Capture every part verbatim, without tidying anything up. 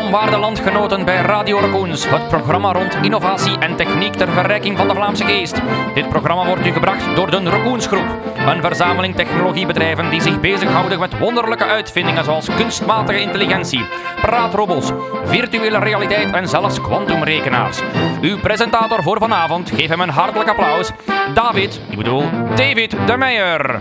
Welkom waarde landgenoten bij Radio Raccoons, het programma rond innovatie en techniek ter verrijking van de Vlaamse geest. Dit programma wordt u gebracht door de Raccoons Groep, een verzameling technologiebedrijven die zich bezighouden met wonderlijke uitvindingen zoals kunstmatige intelligentie, praatrobots, virtuele realiteit en zelfs kwantumrekenaars. Uw presentator voor vanavond, geef hem een hartelijk applaus, David, ik bedoel David de Meijer.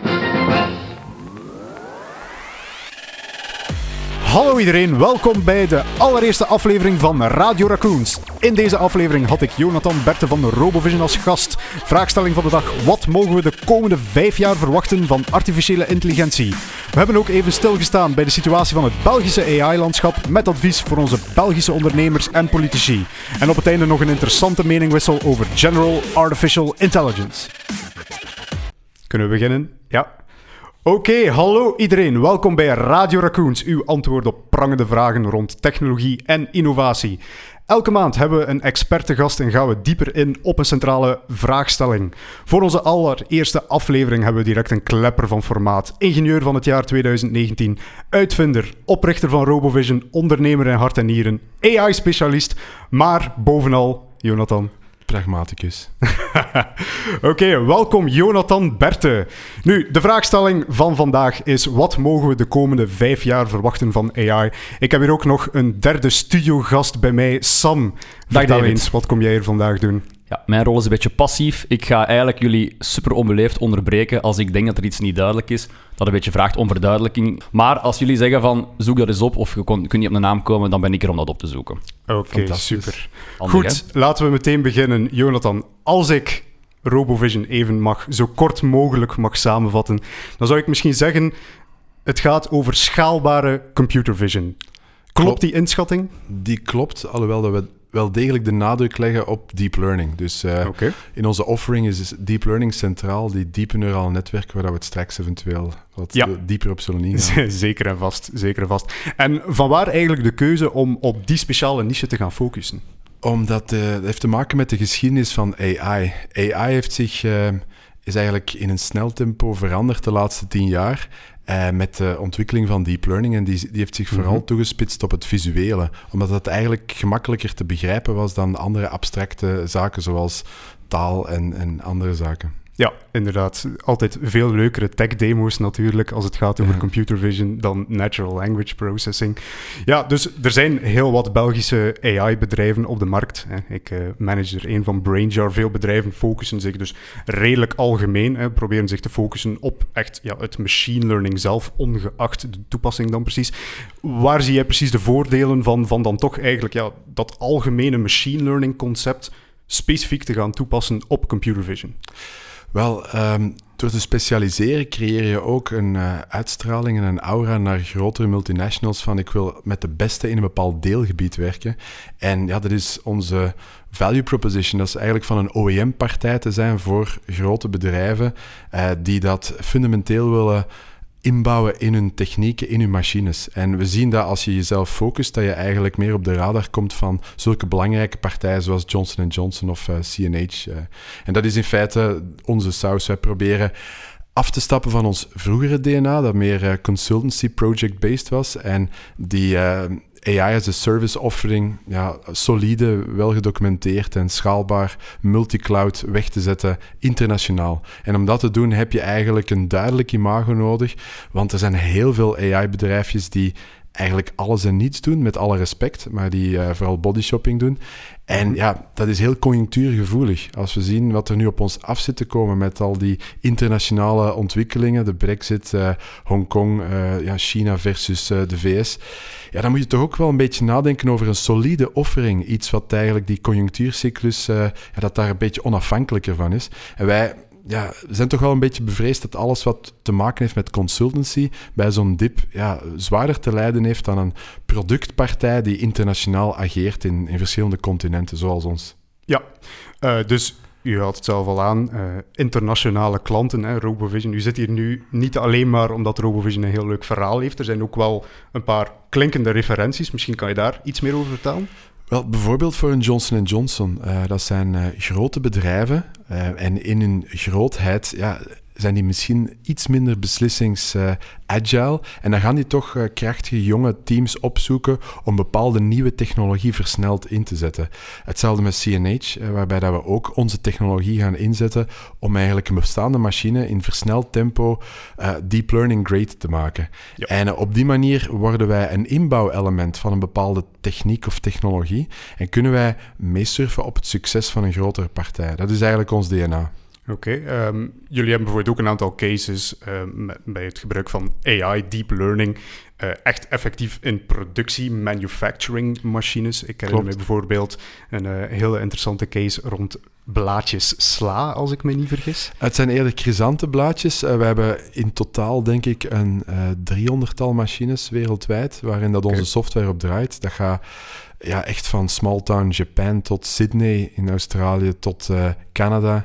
Hallo iedereen, welkom bij de allereerste aflevering van Radio Raccoons. In deze aflevering had ik Jonathan Berthe van Robovision als gast. Vraagstelling van de dag: wat mogen we de komende vijf jaar verwachten van artificiële intelligentie? We hebben ook even stilgestaan bij de situatie van het Belgische A I-landschap met advies voor onze Belgische ondernemers en politici. En op het einde nog een interessante meningwissel over General Artificial Intelligence. Kunnen we beginnen? Ja. Oké, okay, hallo iedereen. Welkom bij Radio Raccoons, uw antwoord op prangende vragen rond technologie en innovatie. Elke maand hebben we een expertengast en gaan we dieper in op een centrale vraagstelling. Voor onze allereerste aflevering hebben we direct een klepper van formaat. Ingenieur van het jaar tweeduizend negentien, uitvinder, oprichter van Robovision, ondernemer in hart en nieren, A I-specialist, maar bovenal, Jonathan... pragmaticus. Oké, okay, welkom Jonathan Berthe. Nu, de vraagstelling van vandaag is: wat mogen we de komende vijf jaar verwachten van A I? Ik heb hier ook nog een derde studiogast bij mij, Sam. Dag Vertel David. eens, wat kom jij hier vandaag doen? Ja, mijn rol is een beetje passief. Ik ga eigenlijk jullie super onbeleefd onderbreken als ik denk dat er iets niet duidelijk is, dat een beetje vraagt om verduidelijking. Maar als jullie zeggen van zoek dat eens op of je kon, kun niet op de naam komen, dan ben ik er om dat op te zoeken. Oké, okay, super. Handig, Goed, hè? laten we meteen beginnen. Jonathan, als ik Robovision even mag, zo kort mogelijk mag samenvatten, dan zou ik misschien zeggen, het gaat over schaalbare computer vision. Klopt Klop, die inschatting? Die klopt, alhoewel dat we wel degelijk de nadruk leggen op deep learning. Dus uh, okay. in onze offering is deep learning centraal, die diepe neurale netwerken, waar we het straks eventueel wat ja. dieper op zullen ingaan. Zeker en vast, zeker en vast. En vanwaar eigenlijk de keuze om op die speciale niche te gaan focussen? Omdat uh, het heeft te maken met de geschiedenis van A I. A I heeft zich, uh, is eigenlijk in een snel tempo veranderd de laatste tien jaar. Uh, met de ontwikkeling van deep learning. En die, die heeft zich vooral mm-hmm. toegespitst op het visuele. Omdat het eigenlijk gemakkelijker te begrijpen was dan andere abstracte zaken zoals taal en, en andere zaken. Ja, inderdaad. Altijd veel leukere tech-demo's natuurlijk als het gaat over ja. computer vision dan natural language processing. Ja, dus er zijn heel wat Belgische A I-bedrijven op de markt. Ik uh, manage er een van BrainJar. Veel bedrijven focussen zich dus redelijk algemeen, hè, proberen zich te focussen op echt ja, het machine learning zelf, ongeacht de toepassing dan precies. Waar zie jij precies de voordelen van, van dan toch eigenlijk ja, dat algemene machine learning concept specifiek te gaan toepassen op computer vision? Wel, um, door te specialiseren creëer je ook een uh, uitstraling en een aura naar grotere multinationals van ik wil met de beste in een bepaald deelgebied werken. En ja, dat is onze value proposition. Dat is eigenlijk van een O E M-partij te zijn voor grote bedrijven uh, die dat fundamenteel willen inbouwen in hun technieken, in hun machines. En we zien dat als je jezelf focust, dat je eigenlijk meer op de radar komt van zulke belangrijke partijen zoals Johnson en Johnson of uh, C N H. Uh. En dat is in feite onze saus. Wij proberen af te stappen van ons vroegere D N A, dat meer uh, consultancy project-based was. En die uh, A I as a service offering, ja, solide, wel gedocumenteerd en schaalbaar, multicloud weg te zetten, internationaal. En om dat te doen heb je eigenlijk een duidelijk imago nodig, want er zijn heel veel A I-bedrijfjes die eigenlijk alles en niets doen, met alle respect, maar die uh, vooral bodyshopping doen. En ja, dat is heel conjunctuurgevoelig. Als we zien wat er nu op ons af zit te komen met al die internationale ontwikkelingen, de Brexit, uh, Hongkong, uh, ja, China versus uh, de V S, ja, dan moet je toch ook wel een beetje nadenken over een solide offering. Iets wat eigenlijk die conjunctuurcyclus, uh, ja, dat daar een beetje onafhankelijker van is. En wij... Ja, we zijn toch wel een beetje bevreesd dat alles wat te maken heeft met consultancy bij zo'n dip ja, zwaarder te lijden heeft dan een productpartij die internationaal ageert in, in verschillende continenten, zoals ons. Ja, uh, dus u haalt het zelf al aan, uh, internationale klanten, hè, Robovision. U zit hier nu niet alleen maar omdat Robovision een heel leuk verhaal heeft. Er zijn ook wel een paar klinkende referenties. Misschien kan je daar iets meer over vertellen? Wel, bijvoorbeeld voor een Johnson en Johnson. Uh, dat zijn uh, grote bedrijven uh, en in hun grootheid ja, zijn die misschien iets minder beslissings-agile. Uh, en dan gaan die toch uh, krachtige jonge teams opzoeken om bepaalde nieuwe technologie versneld in te zetten. Hetzelfde met C N H, uh, waarbij dat we ook onze technologie gaan inzetten om eigenlijk een bestaande machine in versneld tempo uh, deep learning great te maken. Ja. En uh, op die manier worden wij een inbouwelement van een bepaalde techniek of technologie en kunnen wij meesurfen op het succes van een grotere partij. Dat is eigenlijk ons D N A. Oké, okay, um, jullie hebben bijvoorbeeld ook een aantal cases uh, met, bij het gebruik van A I, deep learning, uh, echt effectief in productie, manufacturing machines. Ik herinner me bijvoorbeeld een uh, hele interessante case rond blaadjes sla, als ik me niet vergis. Het zijn eerder chrysante blaadjes. Uh, we hebben in totaal, denk ik, een uh, driehonderdtal machines wereldwijd, waarin dat okay. onze software op draait. Dat gaat ja, echt van small town Japan tot Sydney in Australië tot uh, Canada.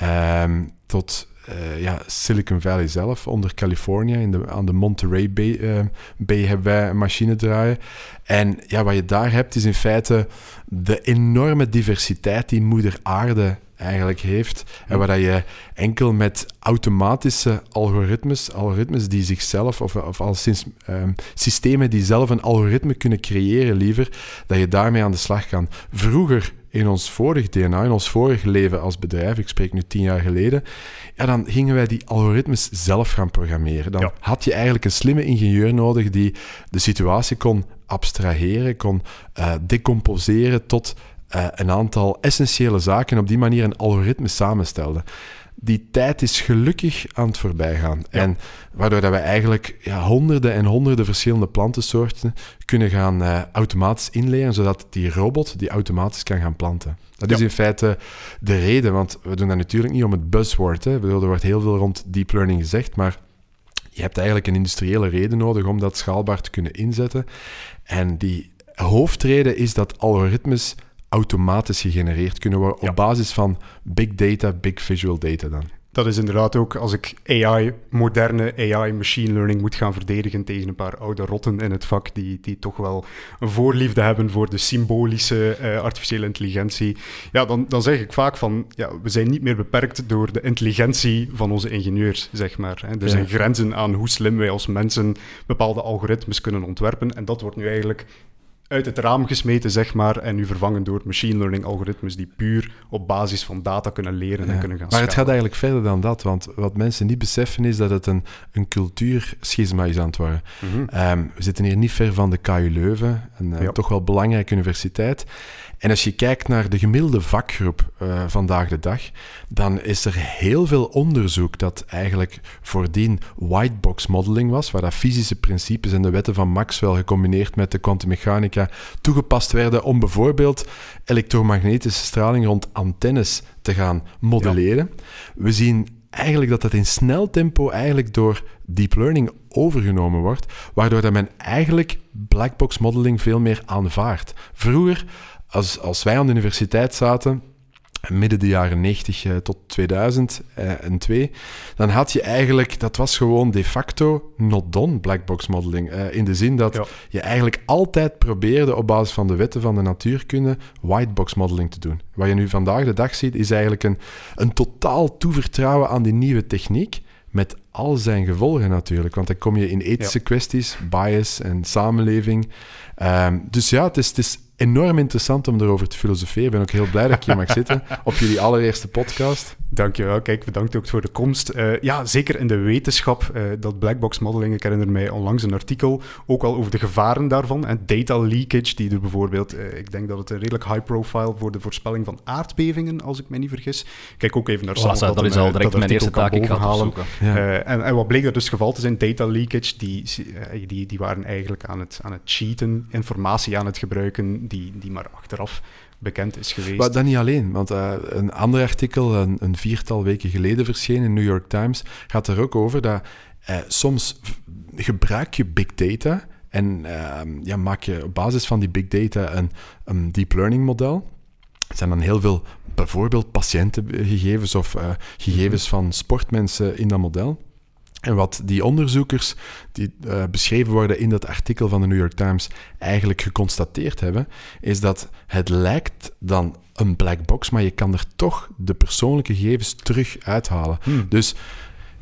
Um, tot uh, ja, Silicon Valley zelf, onder Californië, in de, aan de Monterey Bay, uh, Bay hebben wij een machine draaien. En ja, wat je daar hebt, is in feite de enorme diversiteit die moeder aarde eigenlijk heeft. En waar dat je enkel met automatische algoritmes, algoritmes die zichzelf, of, of al sinds um, systemen die zelf een algoritme kunnen creëren liever, dat je daarmee aan de slag kan. Vroeger, in ons vorig D N A, in ons vorig leven als bedrijf, ik spreek nu tien jaar geleden, ja, dan gingen wij die algoritmes zelf gaan programmeren. Dan ja. had je eigenlijk een slimme ingenieur nodig die de situatie kon abstraheren, kon uh, decomposeren tot uh, een aantal essentiële zaken en op die manier een algoritme samenstelde. Die tijd is gelukkig aan het voorbijgaan. Ja. En waardoor dat we eigenlijk ja, honderden en honderden verschillende plantensoorten kunnen gaan uh, automatisch inleren, zodat die robot die automatisch kan gaan planten. Dat ja. is in feite de reden, want we doen dat natuurlijk niet om het buzzword. Hè. Er wordt heel veel rond deep learning gezegd, maar je hebt eigenlijk een industriële reden nodig om dat schaalbaar te kunnen inzetten. En die hoofdreden is dat algoritmes automatisch gegenereerd kunnen worden ja. op basis van big data, big visual data dan. Dat is inderdaad ook, als ik A I, moderne A I, machine learning moet gaan verdedigen tegen een paar oude rotten in het vak die, die toch wel een voorliefde hebben voor de symbolische uh, artificiële intelligentie. Ja, dan, dan zeg ik vaak van, ja, we zijn niet meer beperkt door de intelligentie van onze ingenieurs, zeg maar. Hè. Er ja. zijn grenzen aan hoe slim wij als mensen bepaalde algoritmes kunnen ontwerpen en dat wordt nu eigenlijk uit het raam gesmeten, zeg maar, en nu vervangen door machine learning algoritmes die puur op basis van data kunnen leren ja, en kunnen gaan Maar schalen. het gaat eigenlijk verder dan dat, want wat mensen niet beseffen is dat het een, een cultuurschisma is aan het worden. Mm-hmm. Um, we zitten hier niet ver van de K U Leuven, een ja. toch wel belangrijke universiteit. En als je kijkt naar de gemiddelde vakgroep uh, vandaag de dag, dan is er heel veel onderzoek dat eigenlijk voordien whitebox modeling was, waar dat fysische principes en de wetten van Maxwell gecombineerd met de kwantummechanica toegepast werden om bijvoorbeeld elektromagnetische straling rond antennes te gaan modelleren. Ja. We zien eigenlijk dat dat in snel tempo eigenlijk door deep learning overgenomen wordt, waardoor dat men eigenlijk blackbox modeling veel meer aanvaardt. Vroeger, Als, als wij aan de universiteit zaten, midden de jaren negentig uh, tot tweeduizend twee, dan had je eigenlijk, dat was gewoon de facto not done, blackbox modeling. Uh, in de zin dat ja. je eigenlijk altijd probeerde op basis van de wetten van de natuurkunde whitebox modeling te doen. Wat je nu vandaag de dag ziet, is eigenlijk een, een totaal toevertrouwen aan die nieuwe techniek, met al zijn gevolgen natuurlijk. Want dan kom je in ethische ja. kwesties, bias en samenleving. Um, dus ja, het is... Het is enorm interessant om erover te filosoferen. Ik ben ook heel blij dat ik hier mag zitten op jullie allereerste podcast. Dankjewel. Kijk, bedankt ook voor de komst. Uh, ja, zeker in de wetenschap, uh, dat blackbox modeling, ik herinner mij onlangs een artikel, ook al over de gevaren daarvan. En data leakage, die er bijvoorbeeld, uh, ik denk dat het een redelijk high profile voor de voorspelling van aardbevingen, als ik me niet vergis. Kijk ook even naar Sam. Oh, dat, dat is al direct mijn eerste taak, ik ga het opzoeken. Ja. Uh, en, en wat bleek er dus het geval te zijn? Data leakage, die, uh, die, die waren eigenlijk aan het, aan het cheaten, informatie aan het gebruiken, die, die maar achteraf bekend is geweest. Maar dat niet alleen, want uh, een ander artikel, een, een viertal weken geleden verschenen in New York Times, gaat er ook over dat uh, soms gebruik je big data en uh, ja, maak je op basis van die big data een, een deep learning model. Er zijn dan heel veel bijvoorbeeld patiëntengegevens of uh, gegevens van sportmensen in dat model. En wat die onderzoekers die uh, beschreven worden in dat artikel van de New York Times eigenlijk geconstateerd hebben, is dat het lijkt dan een black box, maar je kan er toch de persoonlijke gegevens terug uithalen. Hmm. Dus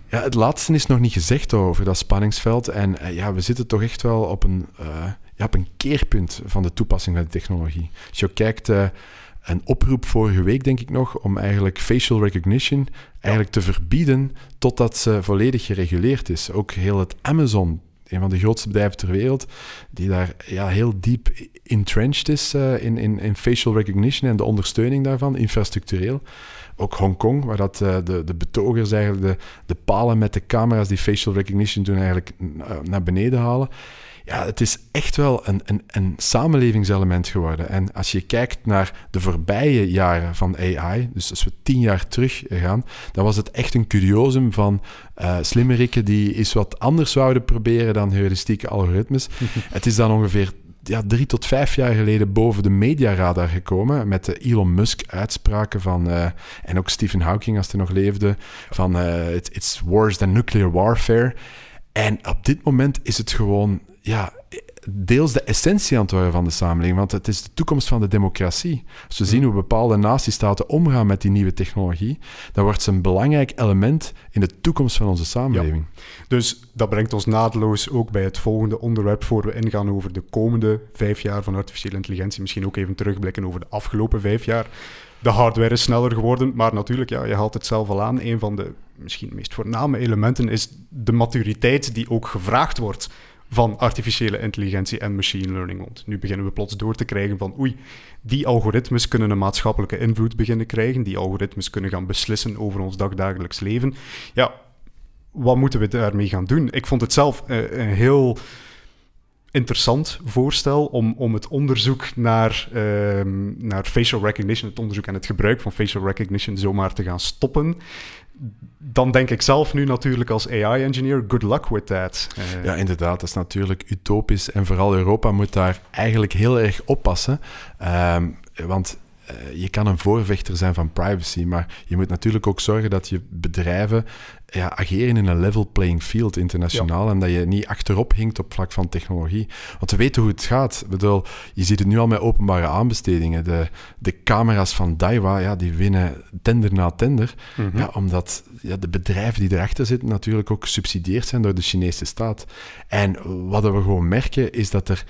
Ja, het laatste is nog niet gezegd over dat spanningsveld. En uh, ja, we zitten toch echt wel op een, uh, ja, op een keerpunt van de toepassing van de technologie. Als je kijkt, uh, een oproep vorige week, denk ik nog, om eigenlijk facial recognition eigenlijk te verbieden totdat ze volledig gereguleerd is. Ook heel het Amazon, een van de grootste bedrijven ter wereld, die daar ja, heel diep entrenched is uh, in, in, in facial recognition en de ondersteuning daarvan, infrastructureel. Ook Hongkong, waar dat, uh, de, de betogers eigenlijk de, de palen met de camera's die facial recognition doen eigenlijk uh, naar beneden halen. Ja, het is echt wel een, een, een samenlevingselement geworden. En als je kijkt naar de voorbije jaren van A I, dus als we tien jaar terug gaan, dan was het echt een curiosum van uh, slimmerikken die eens wat anders zouden proberen dan heuristieke algoritmes. Het is dan ongeveer ja, drie tot vijf jaar geleden boven de mediaradar gekomen met de Elon Musk-uitspraken van, uh, en ook Stephen Hawking als hij nog leefde, van uh, it's, it's worse than nuclear warfare. En op dit moment is het gewoon ja, deels de essentie aan het worden van de samenleving, want het is de toekomst van de democratie. Als we zien hoe bepaalde natiestaten omgaan met die nieuwe technologie, dan wordt ze een belangrijk element in de toekomst van onze samenleving. Ja. Dus dat brengt ons naadloos ook bij het volgende onderwerp voor we ingaan over de komende vijf jaar van artificiële intelligentie. Misschien ook even terugblikken over de afgelopen vijf jaar. De hardware is sneller geworden, maar natuurlijk, ja, je haalt het zelf al aan, een van de misschien meest voorname elementen is de maturiteit die ook gevraagd wordt van artificiële intelligentie en machine learning. Want nu beginnen we plots door te krijgen van oei, die algoritmes kunnen een maatschappelijke invloed beginnen krijgen, die algoritmes kunnen gaan beslissen over ons dagdagelijks leven. Ja, wat moeten we daarmee gaan doen? Ik vond het zelf uh, een heel interessant voorstel om, om het onderzoek naar, uh, naar facial recognition, het onderzoek en het gebruik van facial recognition zomaar te gaan stoppen. Dan denk ik zelf nu natuurlijk als A I-engineer, good luck with that. Uh... Ja, inderdaad, dat is natuurlijk utopisch. En vooral Europa moet daar eigenlijk heel erg oppassen. Um, want uh, je kan een voorvechter zijn van privacy, maar je moet natuurlijk ook zorgen dat je bedrijven ja, ageren in een level playing field internationaal, ja, en dat je niet achterop hinkt op vlak van technologie. Want we weten hoe het gaat. Ik bedoel, je ziet het nu al met openbare aanbestedingen. De, de camera's van Daiwa, ja, die winnen tender na tender, mm-hmm. ja, omdat ja, de bedrijven die erachter zitten natuurlijk ook gesubsidieerd zijn door de Chinese staat. En wat we gewoon merken is dat er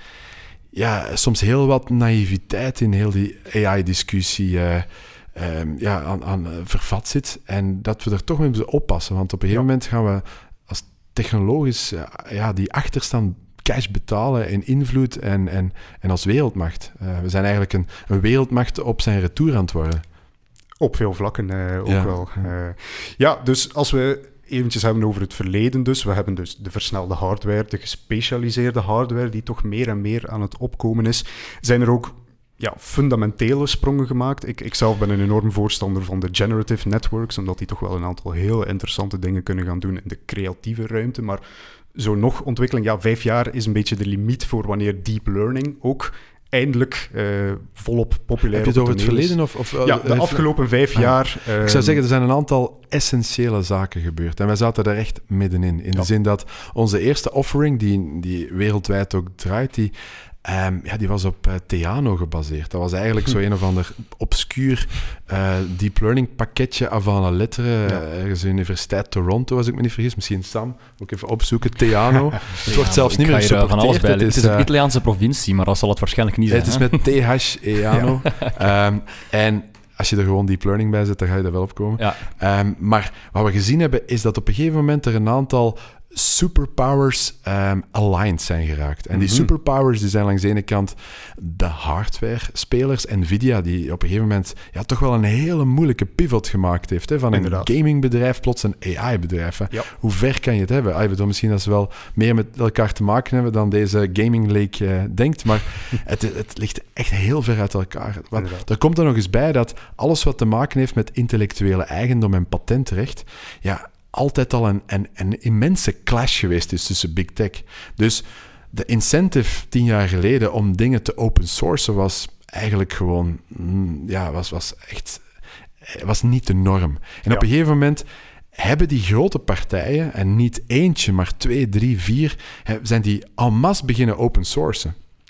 ja, soms heel wat naïviteit in heel die A I-discussie uh, Um, ja, aan, aan uh, vervat zit. En dat we er toch mee moeten oppassen. Want op een gegeven ja. moment gaan we als technologisch uh, ja, die achterstand cash betalen in invloed en, en, en als wereldmacht. Uh, we zijn eigenlijk een, een wereldmacht op zijn retour aan het worden. Op veel vlakken uh, ook ja. wel. Uh, ja, dus als we eventjes hebben over het verleden dus. We hebben dus de versnelde hardware, de gespecialiseerde hardware die toch meer en meer aan het opkomen is. Zijn er ook ja, fundamentele sprongen gemaakt. Ik, ik zelf ben een enorm voorstander van de generative networks, omdat die toch wel een aantal heel interessante dingen kunnen gaan doen in de creatieve ruimte. Maar zo nog ontwikkeling, ja, vijf jaar is een beetje de limiet voor wanneer deep learning ook eindelijk uh, volop populair Heb je het over het verleden? Of, of, ja, de afgelopen vijf ah, jaar. Uh, ik zou zeggen, er zijn een aantal essentiële zaken gebeurd. En wij zaten daar echt middenin. In ja. de zin dat onze eerste offering, die, die wereldwijd ook draait, die Um, ja, die was op uh, Theano gebaseerd. Dat was eigenlijk hm. zo een of ander obscuur uh, deep learning pakketje avant la lettre. Ja. Uh, ergens in de Universiteit Toronto, als ik me niet vergis. Misschien Sam, ook even opzoeken. Theano. Het wordt ja, zelfs niet meer gesupporteerd. Van alles bij. Het is, het is een uh, Italiaanse provincie, maar dat zal het waarschijnlijk niet zijn. Het is met T H E A N O. ja. um, en als je er gewoon deep learning bij zet, dan ga je er wel op komen. Ja. Um, maar wat we gezien hebben, is dat op een gegeven moment er een aantal superpowers um, aligned zijn geraakt. En die mm-hmm. superpowers die zijn langs de ene kant de hardware-spelers. Nvidia, die op een gegeven moment ja, toch wel een hele moeilijke pivot gemaakt heeft. Hè, van Inderdaad. een gamingbedrijf plots een A I-bedrijf. Ja. Hoe ver kan je het hebben? Ah, ik bedoel, misschien dat ze wel meer met elkaar te maken hebben dan deze gaming lake uh, denkt, maar het, het ligt echt heel ver uit elkaar. Want er komt er nog eens bij dat alles wat te maken heeft met intellectuele eigendom en patentrecht, ja, altijd al een, een, een immense clash geweest is tussen big tech. Dus de incentive tien jaar geleden om dingen te open sourcen was eigenlijk gewoon, ja, was, was echt, was niet de norm. En ja. op een gegeven moment hebben die grote partijen, en niet eentje, maar twee, drie, vier, zijn die en masse beginnen open sourcen.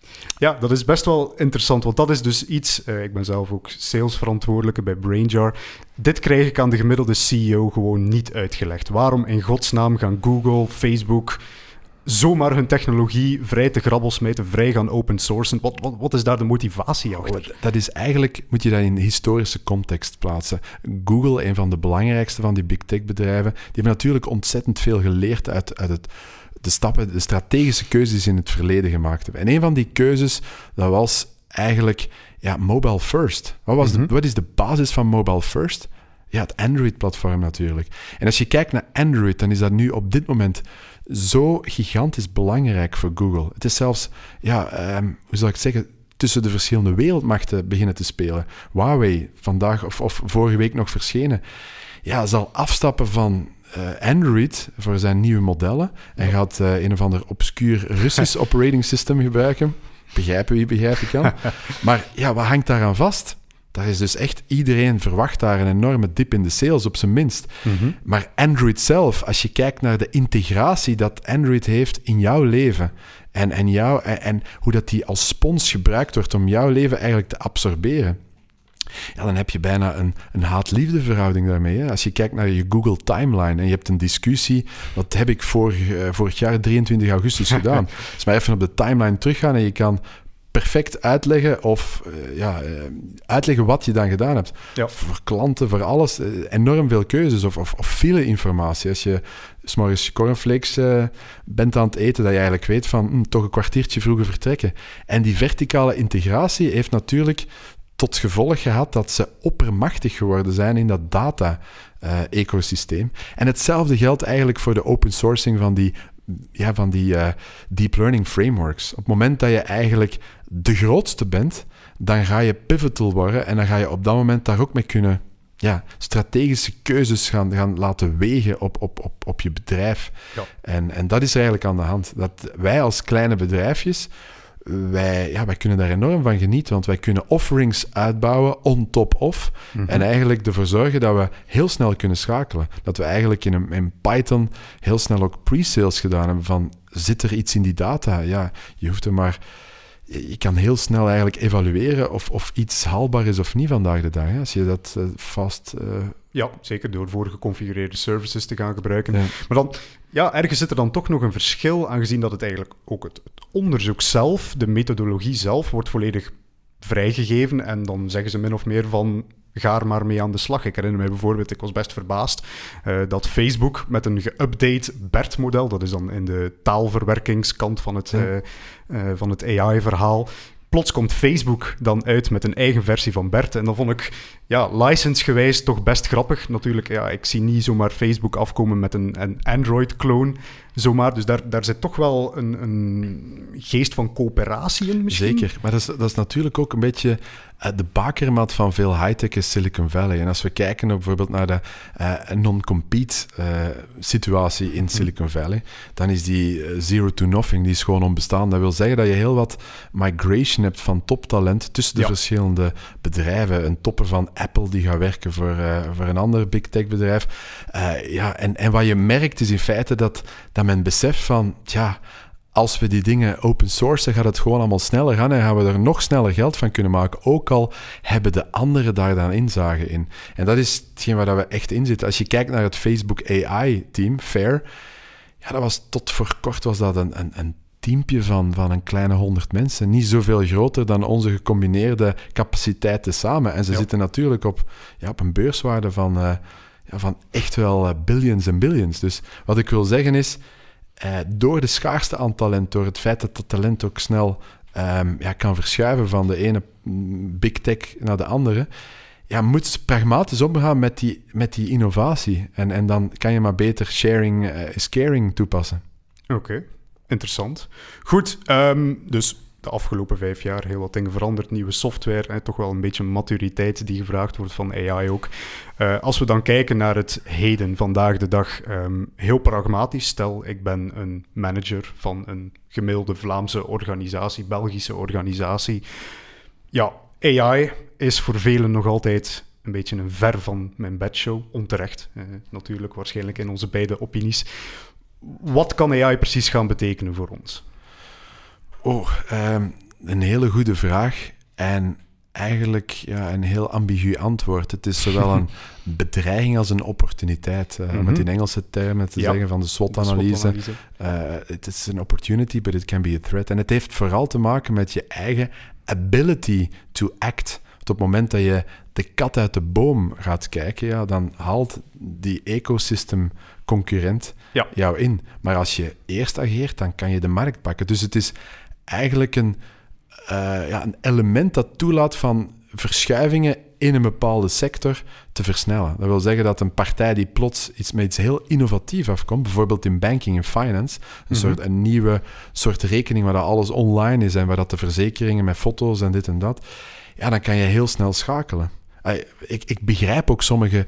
Ja, dat is best wel interessant, want dat is dus iets... Uh, ik ben zelf ook salesverantwoordelijke bij BrainJar. Dit krijg ik aan de gemiddelde C E O gewoon niet uitgelegd. Waarom in godsnaam gaan Google, Facebook... zomaar hun technologie vrij te grabbel smijten, vrij gaan open sourcen? Wat, wat, wat is daar de motivatie achter? Dat is eigenlijk, moet je dat in historische context plaatsen. Google, een van de belangrijkste van die big tech bedrijven, die hebben natuurlijk ontzettend veel geleerd uit, uit het, de stappen, de strategische keuzes die ze in het verleden gemaakt hebben. En een van die keuzes, dat was eigenlijk ja, mobile first. Wat, was mm-hmm. de, wat is de basis van mobile first? Ja, het Android-platform natuurlijk. En als je kijkt naar Android, dan is dat nu op dit moment zo gigantisch belangrijk voor Google. Het is zelfs, ja, um, hoe zou ik het zeggen, tussen de verschillende wereldmachten beginnen te spelen. Huawei, vandaag of, of vorige week nog verschenen, ja, zal afstappen van uh, Android voor zijn nieuwe modellen. Hij ja. gaat uh, een of ander obscuur Russisch operating system gebruiken. Begrijpen wie begrijpen kan. Maar ja, wat hangt daaraan vast? Daar is dus echt, iedereen verwacht daar een enorme dip in de sales, op zijn minst. Mm-hmm. Maar Android zelf, als je kijkt naar de integratie dat Android heeft in jouw leven en, en, jou, en, en hoe dat die als spons gebruikt wordt om jouw leven eigenlijk te absorberen, ja, dan heb je bijna een, een haat-liefde verhouding daarmee. Hè? Als je kijkt naar je Google Timeline en je hebt een discussie, dat heb ik vorig, uh, vorig jaar drieëntwintig augustus gedaan. Dus maar even op de timeline teruggaan en je kan perfect uitleggen of uh, ja, uh, uitleggen wat je dan gedaan hebt. Ja. Voor klanten, voor alles. Uh, enorm veel keuzes of, of, of veel informatie. Als je 's morgens cornflakes uh, bent aan het eten, dat je eigenlijk weet van hm, toch een kwartiertje vroeger vertrekken. En die verticale integratie heeft natuurlijk tot gevolg gehad dat ze oppermachtig geworden zijn in dat data-ecosysteem. Uh, en hetzelfde geldt eigenlijk voor de open sourcing van die Ja, van die uh, deep learning frameworks. Op het moment dat je eigenlijk de grootste bent, dan ga je pivotal worden en dan ga je op dat moment daar ook mee kunnen ja, strategische keuzes gaan, gaan laten wegen op, op, op, op je bedrijf. Ja. En, en dat is er eigenlijk aan de hand. Dat wij als kleine bedrijfjes, wij, ja, wij kunnen daar enorm van genieten, want wij kunnen offerings uitbouwen on top of mm-hmm. en eigenlijk ervoor zorgen dat we heel snel kunnen schakelen. Dat we eigenlijk in, een, in Python heel snel ook pre-sales gedaan hebben van, zit er iets in die data? Ja, je hoeft er maar... Je kan heel snel eigenlijk evalueren of, of iets haalbaar is of niet vandaag de dag. Hè? Als je dat uh, vast... Uh... Ja, zeker door voorgeconfigureerde services te gaan gebruiken. Ja. Maar dan, ja, ergens zit er dan toch nog een verschil, aangezien dat het eigenlijk ook het, het onderzoek zelf, de methodologie zelf, wordt volledig vrijgegeven. En dan zeggen ze min of meer van, ga er maar mee aan de slag. Ik herinner mij bijvoorbeeld, ik was best verbaasd, uh, dat Facebook met een geüpdate BERT-model, dat is dan in de taalverwerkingskant van het, ja. uh, uh, van het A I-verhaal, plots komt Facebook dan uit met een eigen versie van BERT. En dan vond ik, ja, license-gewijs toch best grappig. Natuurlijk, ja, ik zie niet zomaar Facebook afkomen met een, een Android-clone, zomaar. Dus daar, daar zit toch wel een, een geest van coöperatie in misschien. Zeker, maar dat is, dat is natuurlijk ook een beetje uh, de bakermat van veel high-tech is Silicon Valley. En als we kijken bijvoorbeeld naar de uh, non-compete uh, situatie in Silicon Valley, dan is die uh, zero to nothing, die is gewoon onbestaand. Dat wil zeggen dat je heel wat migration hebt van toptalent tussen de ja. verschillende bedrijven. Een topper van Apple die gaat werken voor, uh, voor een ander big tech bedrijf. Uh, ja, en, en wat je merkt is in feite dat, dat men beseft van, tja, als we die dingen open sourcen, gaat het gewoon allemaal sneller gaan en gaan we er nog sneller geld van kunnen maken, ook al hebben de anderen daar dan inzage in. En dat is hetgeen waar we echt in zitten. Als je kijkt naar het Facebook A I-team, FAIR, ja, dat was tot voor kort was dat een, een, een teampje van, van een kleine honderd mensen. Niet zoveel groter dan onze gecombineerde capaciteiten samen. En ze ja. zitten natuurlijk op, ja, op een beurswaarde van, uh, ja, van echt wel uh, billions en billions. Dus wat ik wil zeggen is, uh, door de schaarste aan talent, door het feit dat dat talent ook snel um, ja, kan verschuiven van de ene big tech naar de andere, ja, moet pragmatisch omgaan met die, met die innovatie. En, en dan kan je maar beter sharing uh, is caring toepassen. Oké. Okay. Interessant. Goed, um, dus de afgelopen vijf jaar heel wat dingen veranderd. Nieuwe software, hè, toch wel een beetje maturiteit die gevraagd wordt van A I ook. Uh, als we dan kijken naar het heden, vandaag de dag, um, heel pragmatisch. Stel, ik ben een manager van een gemiddelde Vlaamse organisatie, Belgische organisatie. Ja, A I is voor velen nog altijd een beetje een ver van mijn bedshow. Onterecht, uh, natuurlijk, waarschijnlijk in onze beide opinies. Wat kan A I precies gaan betekenen voor ons? Oh, um, een hele goede vraag en eigenlijk ja, een heel ambigu antwoord. Het is zowel een bedreiging als een opportuniteit. Uh, mm-hmm. Om het in Engelse termen te ja. zeggen van de SWOT-analyse. Uh, het is een opportunity, but it can be a threat. En het heeft vooral te maken met je eigen ability to act. Op het moment dat je de kat uit de boom gaat kijken, ja, dan haalt die ecosystem concurrent ja. jou in. Maar als je eerst ageert, dan kan je de markt pakken. Dus het is eigenlijk een, uh, ja, een element dat toelaat van verschuivingen in een bepaalde sector te versnellen. Dat wil zeggen dat een partij die plots iets met iets heel innovatiefs afkomt, bijvoorbeeld in banking en finance, een, mm-hmm. soort, een nieuwe soort rekening waar dat alles online is en waar dat de verzekeringen met foto's en dit en dat, ja, dan kan je heel snel schakelen. Ik, ik begrijp ook sommige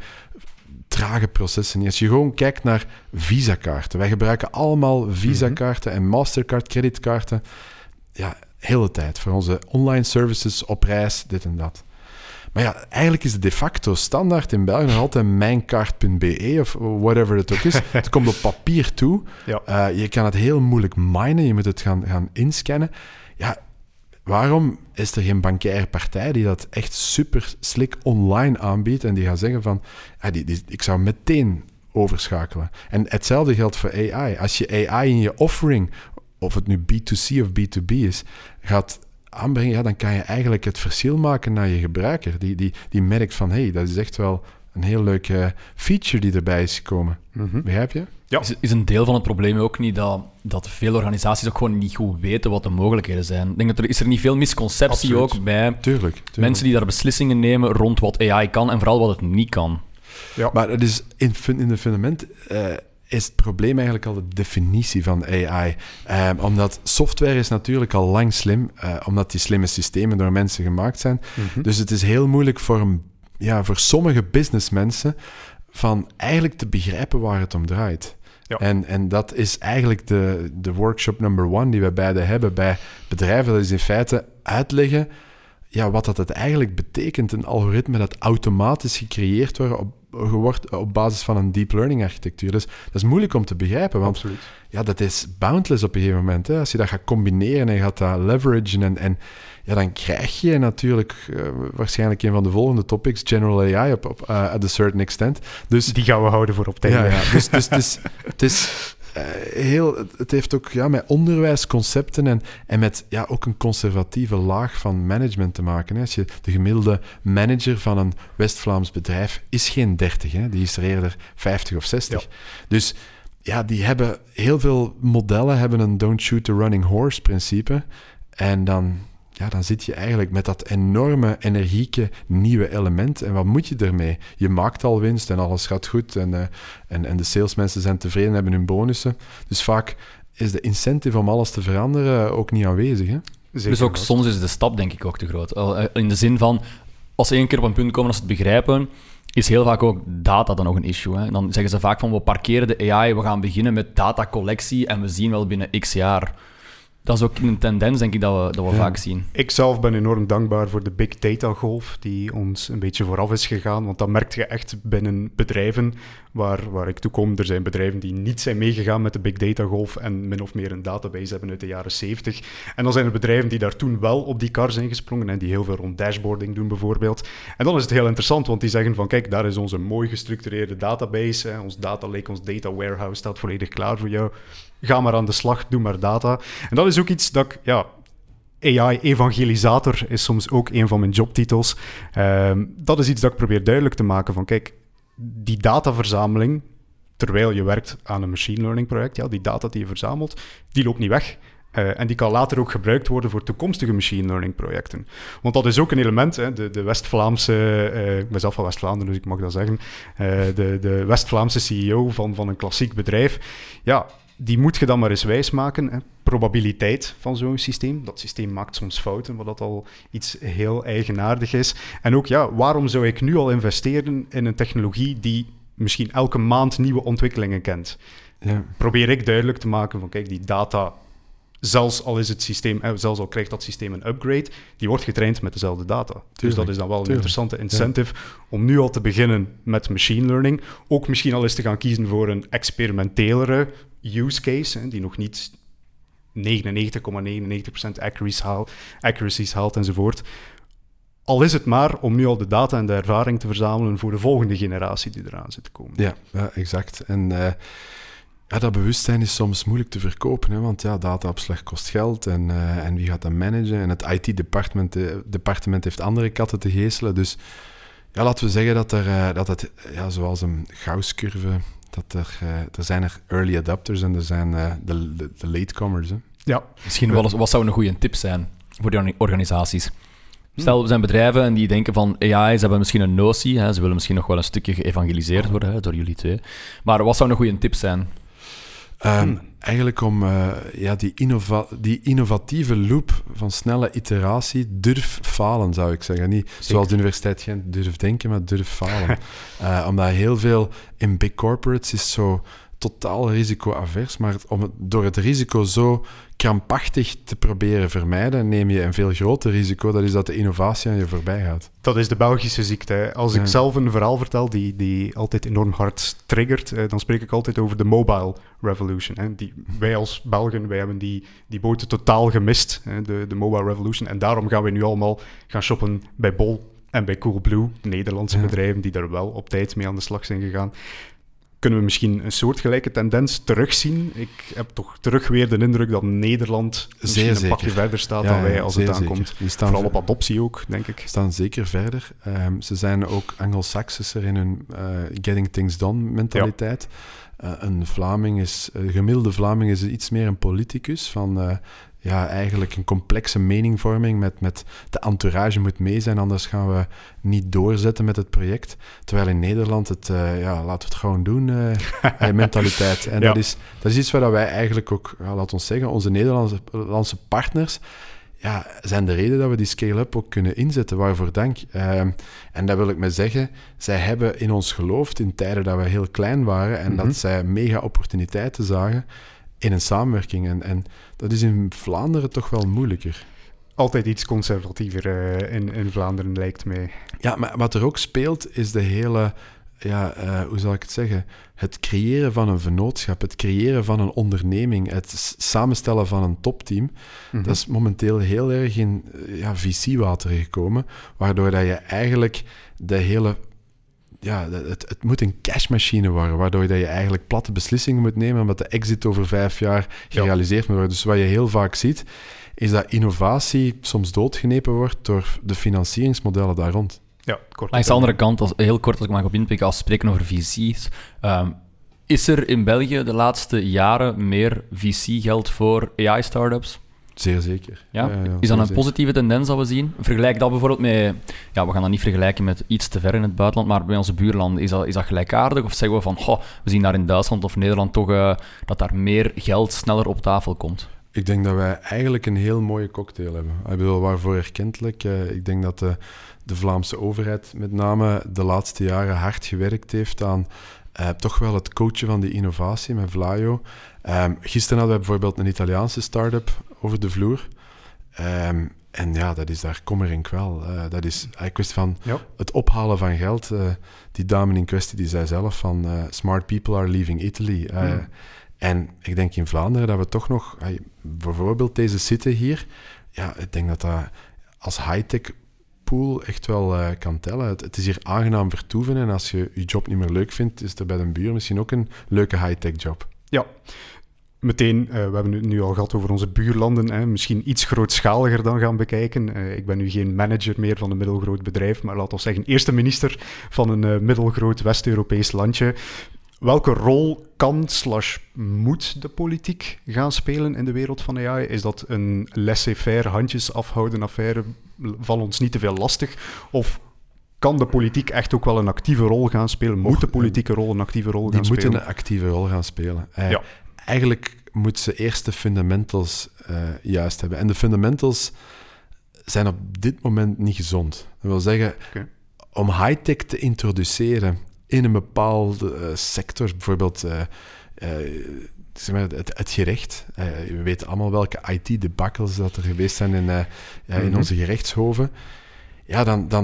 trage processen niet. Als je gewoon kijkt naar Visa-kaarten. Wij gebruiken allemaal Visa-kaarten en Mastercard-creditkaarten. Ja, de hele tijd. Voor onze online services, op reis, dit en dat. Maar ja, eigenlijk is de de facto standaard in België nog altijd mijnkaart punt b e of whatever het ook is. Het komt op papier toe. Ja. Uh, je kan het heel moeilijk minen. Je moet het gaan, gaan inscannen. Ja, waarom is er geen bankaire partij die dat echt super slick online aanbiedt en die gaat zeggen van, ah, die, die, ik zou meteen overschakelen. En hetzelfde geldt voor A I. Als je A I in je offering, of het nu B twee C of B twee B is, gaat aanbrengen, ja, dan kan je eigenlijk het verschil maken naar je gebruiker. Die, die, die merkt van, hé, hey, dat is echt wel een heel leuke feature die erbij is gekomen. Mm-hmm. Begrijp je? Ja. Is, is een deel van het probleem ook niet dat, dat veel organisaties ook gewoon niet goed weten wat de mogelijkheden zijn? Ik denk dat er is er niet veel misconceptie Absoluut. ook bij tuurlijk, tuurlijk. mensen die daar beslissingen nemen rond wat A I kan en vooral wat het niet kan. Ja. Maar het is in, in de fundament uh, is het probleem eigenlijk al de definitie van A I. Um, omdat software is natuurlijk al lang slim, uh, omdat die slimme systemen door mensen gemaakt zijn. Mm-hmm. Dus het is heel moeilijk voor, een, ja, voor sommige businessmensen van eigenlijk te begrijpen waar het om draait. Ja. En, en dat is eigenlijk de, de workshop number one die we beide hebben bij bedrijven. Dat is in feite uitleggen ja, wat dat het eigenlijk betekent. Een algoritme dat automatisch gecreëerd wordt op, wordt op basis van een deep learning architectuur. Dus dat is moeilijk om te begrijpen, want Absoluut. ja, dat is boundless op een gegeven moment. Hè. Als je dat gaat combineren en je gaat dat leveragen en, en ja, dan krijg je natuurlijk uh, waarschijnlijk een van de volgende topics, general A I, op, op, uh, at a certain extent. Dus, die gaan we houden voor op het einde. Ja, ja. Dus, dus, dus het is uh, heel... Het heeft ook ja, met onderwijsconcepten en, en met ja, ook een conservatieve laag van management te maken. Hè. Als je de gemiddelde manager van een West-Vlaams bedrijf is geen dertig, hè. Die is er eerder vijftig of zestig. Ja. Dus ja, die hebben... Heel veel modellen hebben een don't shoot the running horse principe. En dan... Ja, dan zit je eigenlijk met dat enorme, energieke, nieuwe element. En wat moet je ermee? Je maakt al winst en alles gaat goed. En, uh, en, en de salesmensen zijn tevreden, hebben hun bonussen. Dus vaak is de incentive om alles te veranderen ook niet aanwezig. Hè? Dus ook soms is de stap, denk ik, ook te groot. In de zin van, als ze één keer op een punt komen, als ze het begrijpen, is heel vaak ook data dan nog een issue. Hè? Dan zeggen ze vaak van, we parkeren de A I, we gaan beginnen met datacollectie en we zien wel binnen x jaar... Dat is ook een tendens, denk ik, dat we, dat we ja. vaak zien. Ik zelf ben enorm dankbaar voor de big data golf die ons een beetje vooraf is gegaan. Want dat merk je echt binnen bedrijven waar, waar ik toe kom. Er zijn bedrijven die niet zijn meegegaan met de big data golf en min of meer een database hebben uit de jaren zeventig. En dan zijn er bedrijven die daar toen wel op die kar zijn gesprongen en die heel veel rond dashboarding doen bijvoorbeeld. En dan is het heel interessant, want die zeggen van kijk, daar is onze mooi gestructureerde database. Hè, ons data lake, ons data warehouse staat volledig klaar voor jou. Ga maar aan de slag, doe maar data. En dat is ook iets dat ik... Ja, A I-evangelisator is soms ook een van mijn jobtitels. Um, dat is iets dat ik probeer duidelijk te maken van... Kijk, die dataverzameling, terwijl je werkt aan een machine learning project... Ja, die data die je verzamelt, die loopt niet weg. Uh, en die kan later ook gebruikt worden voor toekomstige machine learning projecten. Want dat is ook een element, hè, de, de West-Vlaamse... Uh, ik ben zelf van West-Vlaanderen, dus ik mag dat zeggen. Uh, de, de West-Vlaamse C E O van, van een klassiek bedrijf... Ja, die moet je dan maar eens wijsmaken. Hè. Probabiliteit van zo'n systeem. Dat systeem maakt soms fouten, wat dat al iets heel eigenaardig is. En ook, ja, waarom zou ik nu al investeren in een technologie die misschien elke maand nieuwe ontwikkelingen kent? Ja. Probeer ik duidelijk te maken van, kijk, die data, zelfs al is het systeem, eh, zelfs al krijgt dat systeem een upgrade, die wordt getraind met dezelfde data. Tuurlijk, dus dat is dan wel een tuurlijk. interessante incentive ja. om nu al te beginnen met machine learning. Ook misschien al eens te gaan kiezen voor een experimentelere use case, hè, die nog niet negenennegentig komma negenennegentig procent accuracies haalt, accuracies haalt enzovoort. Al is het maar om nu al de data en de ervaring te verzamelen voor de volgende generatie die eraan zit te komen. Ja, ja exact. En uh, ja, dat bewustzijn is soms moeilijk te verkopen, hè, want ja, dataopslag kost geld en, uh, en wie gaat dat managen? En het I T-departement uh, departement heeft andere katten te geeselen. Dus ja, laten we zeggen dat, er, uh, dat het, ja, zoals een Gauss-curve, dat er, uh, er zijn er early adopters en er zijn uh, de, de, de latecomers. Hè. Ja. Misschien wel eens, wat zou een goede tip zijn voor die organisaties? Stel, er zijn bedrijven en die denken van A I, ze hebben misschien een notie, hè, ze willen misschien nog wel een stukje geëvangeliseerd worden hè, door jullie twee. Maar wat zou een goede tip zijn? Um, eigenlijk om uh, ja, die, innova- die innovatieve loop van snelle iteratie, durf falen, zou ik zeggen. Niet Zeker. Zoals de Universiteit Gent durf denken, maar durf falen. uh, omdat heel veel in big corporates is zo totaal risicoavers, maar om het, door het risico zo krampachtig te proberen vermijden, neem je een veel groter risico, dat is dat de innovatie aan je voorbij gaat. Dat is de Belgische ziekte. Hè. Als ja. ik zelf een verhaal vertel die, die altijd enorm hard triggert, eh, dan spreek ik altijd over de mobile revolution. Hè. Die, wij als Belgen, wij hebben die, die boten totaal gemist, hè, de, de mobile revolution. En daarom gaan we nu allemaal gaan shoppen bij Bol en bij Coolblue, Nederlandse ja. bedrijven die daar wel op tijd mee aan de slag zijn gegaan. Kunnen we misschien een soortgelijke tendens terugzien? Ik heb toch terug weer de indruk dat Nederland misschien een zeker. pakje verder staat ja, dan wij als het aankomt. Vooral op adoptie ook, denk ik. Ze staan zeker verder. Um, ze zijn ook Anglo-Saxischer in hun uh, getting things done mentaliteit. Ja. Uh, een Vlaming is, een gemiddelde Vlaming is iets meer een politicus van... Uh, ja, eigenlijk een complexe meningvorming met, met de entourage moet mee zijn, anders gaan we niet doorzetten met het project. Terwijl in Nederland het, uh, ja, laten we het gewoon doen, uh, mentaliteit. En ja. dat, is, dat is iets waar wij eigenlijk ook, ja, laten we zeggen, onze Nederlandse partners, ja, zijn de reden dat we die scale-up ook kunnen inzetten. Waarvoor dank. Uh, en dat wil ik maar zeggen, zij hebben in ons geloofd in tijden dat we heel klein waren en mm-hmm. dat zij mega opportuniteiten zagen in een samenwerking. En, en dat is in Vlaanderen toch wel moeilijker. Altijd iets conservatiever uh, in, in Vlaanderen, lijkt mij. Ja, maar wat er ook speelt, is de hele... Ja, uh, hoe zal ik het zeggen? Het creëren van een vennootschap, het creëren van een onderneming, het samenstellen van een topteam, mm-hmm. dat is momenteel heel erg in ja, V C-water gekomen, waardoor dat je eigenlijk de hele... Ja, het, het moet een cashmachine worden, waardoor je eigenlijk platte beslissingen moet nemen, omdat de exit over vijf jaar gerealiseerd ja. moet worden. Dus wat je heel vaak ziet, is dat innovatie soms doodgenepen wordt door de financieringsmodellen daar rond. Ja, kort. Langs de andere kant, als, heel kort als ik mag op inpikken, als we spreken over V C's, um, is er in België de laatste jaren meer V C-geld voor A I-startups? Zeer zeker. Ja? Ja, ja, is dat een zeker. positieve tendens dat we zien? Vergelijk dat bijvoorbeeld met... Ja, we gaan dat niet vergelijken met iets te ver in het buitenland, maar bij onze buurlanden, is dat, is dat gelijkaardig? Of zeggen we van, goh, we zien daar in Duitsland of Nederland toch uh, dat daar meer geld sneller op tafel komt? Ik denk dat wij eigenlijk een heel mooie cocktail hebben. Ik bedoel, waarvoor erkentelijk. Uh, ik denk dat de, de Vlaamse overheid met name de laatste jaren hard gewerkt heeft aan uh, toch wel het coachen van die innovatie met Vlaio. Um, gisteren hadden we bijvoorbeeld een Italiaanse start-up over de vloer. Um, en ja, dat is daar kommer en kwel. Uh, dat is een kwestie van ja. het ophalen van geld. Uh, die dame in kwestie die zei zelf van uh, smart people are leaving Italy. Uh, mm. En ik denk in Vlaanderen dat we toch nog... Uh, bijvoorbeeld deze zitten hier. Ja, ik denk dat dat als high-tech pool echt wel uh, kan tellen. Het, het is hier aangenaam vertoeven en als je je job niet meer leuk vindt, is er bij de buur misschien ook een leuke high-tech job. Ja, meteen, uh, we hebben het nu al gehad over onze buurlanden, hè, misschien iets grootschaliger dan gaan bekijken. Uh, ik ben nu geen manager meer van een middelgroot bedrijf, maar laten we zeggen eerste minister van een uh, middelgroot West-Europees landje. Welke rol kan slash moet de politiek gaan spelen in de wereld van A I? Is dat een laissez-faire, handjes afhouden affaire, van ons niet te veel lastig? Of kan de politiek echt ook wel een actieve rol gaan spelen? Moet de politieke rol een actieve rol gaan spelen? Die moeten een actieve rol gaan spelen. Uh, ja. Eigenlijk moet ze eerst de fundamentals uh, juist hebben. En de fundamentals zijn op dit moment niet gezond. Dat wil zeggen, okay. om high-tech te introduceren in een bepaalde uh, sector, bijvoorbeeld uh, uh, zeg maar het, het gerecht. Uh, we weten allemaal welke I T-debakkels dat er geweest zijn in, uh, uh, in mm-hmm. onze gerechtshoven. Ja, dan, dan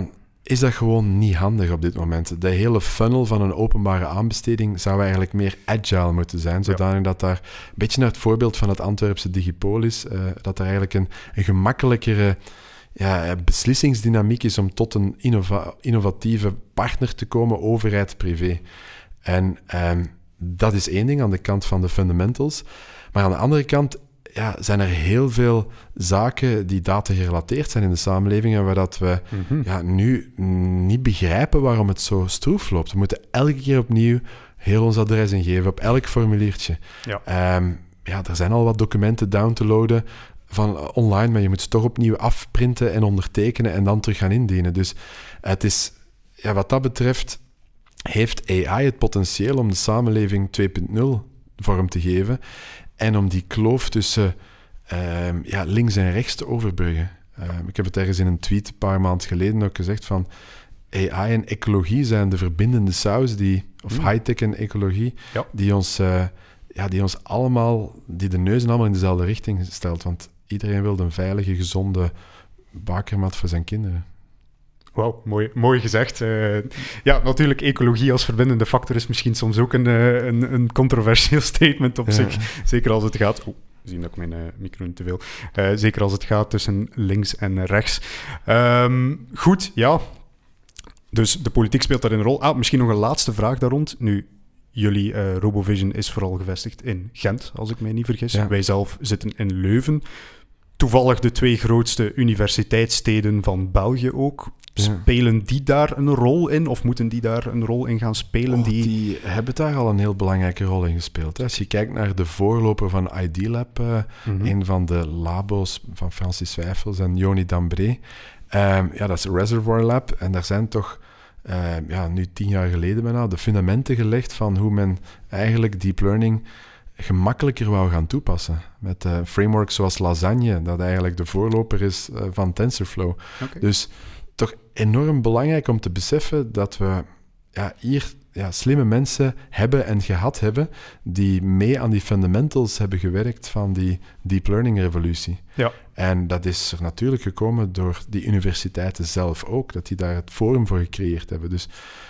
is dat gewoon niet handig op dit moment. De hele funnel van een openbare aanbesteding zou eigenlijk meer agile moeten zijn, zodanig ja. dat daar een beetje naar het voorbeeld van het Antwerpse Digipol is, uh, dat er eigenlijk een, een gemakkelijkere ja, beslissingsdynamiek is om tot een innova- innovatieve partner te komen, overheid-privé. En um, dat is één ding aan de kant van de fundamentals. Maar aan de andere kant ja, zijn er heel veel zaken die data gerelateerd zijn in de samenleving en waar dat we mm-hmm. ja, nu niet begrijpen waarom het zo stroef loopt. We moeten elke keer opnieuw heel ons adres ingeven op elk formuliertje. Ja. Um, ja, er zijn al wat documenten down te loaden van online, maar je moet ze toch opnieuw afprinten en ondertekenen en dan terug gaan indienen. Dus het is, ja, wat dat betreft heeft A I het potentieel om de samenleving twee punt nul vorm te geven en om die kloof tussen um, ja, links en rechts te overbruggen. Um, ik heb het ergens in een tweet een paar maanden geleden ook gezegd van A I en ecologie zijn de verbindende saus, die, of mm. high-tech en ecologie, ja. die, ons, uh, ja, die ons allemaal, die de neuzen allemaal in dezelfde richting stelt. Want iedereen wil een veilige, gezonde bakermat voor zijn kinderen. Wauw, mooi, mooi gezegd. Uh, ja, natuurlijk, ecologie als verbindende factor is misschien soms ook een, uh, een, een controversieel statement op ja. zich. Zeker als het gaat... Oh, we zien ook mijn uh, micro niet te veel. Uh, zeker als het gaat tussen links en rechts. Um, goed, ja. Dus de politiek speelt daarin een rol. Ah, misschien nog een laatste vraag daar rond. Nu, jullie uh, RoboVision is vooral gevestigd in Gent, als ik mij niet vergis. Ja. Wij zelf zitten in Leuven. Toevallig de twee grootste universiteitssteden van België ook. Spelen die daar een rol in? Of moeten die daar een rol in gaan spelen? Oh, die... die hebben daar al een heel belangrijke rol in gespeeld. Hè. Als je kijkt naar de voorloper van I D Lab, uh, mm-hmm. een van de labo's van Francis Wijfels en Joni Dambré. Um, ja, dat is Reservoir Lab. En daar zijn toch, uh, ja, nu tien jaar geleden bijna, de fundamenten gelegd van hoe men eigenlijk deep learning gemakkelijker wou gaan toepassen. Met uh, frameworks zoals Lasagne, dat eigenlijk de voorloper is uh, van TensorFlow. Okay. Dus toch enorm belangrijk om te beseffen dat we ja, hier ja, slimme mensen hebben en gehad hebben die mee aan die fundamentals hebben gewerkt van die deep learning revolutie. Ja. En dat is er natuurlijk gekomen door die universiteiten zelf ook, dat die daar het forum voor gecreëerd hebben. Dus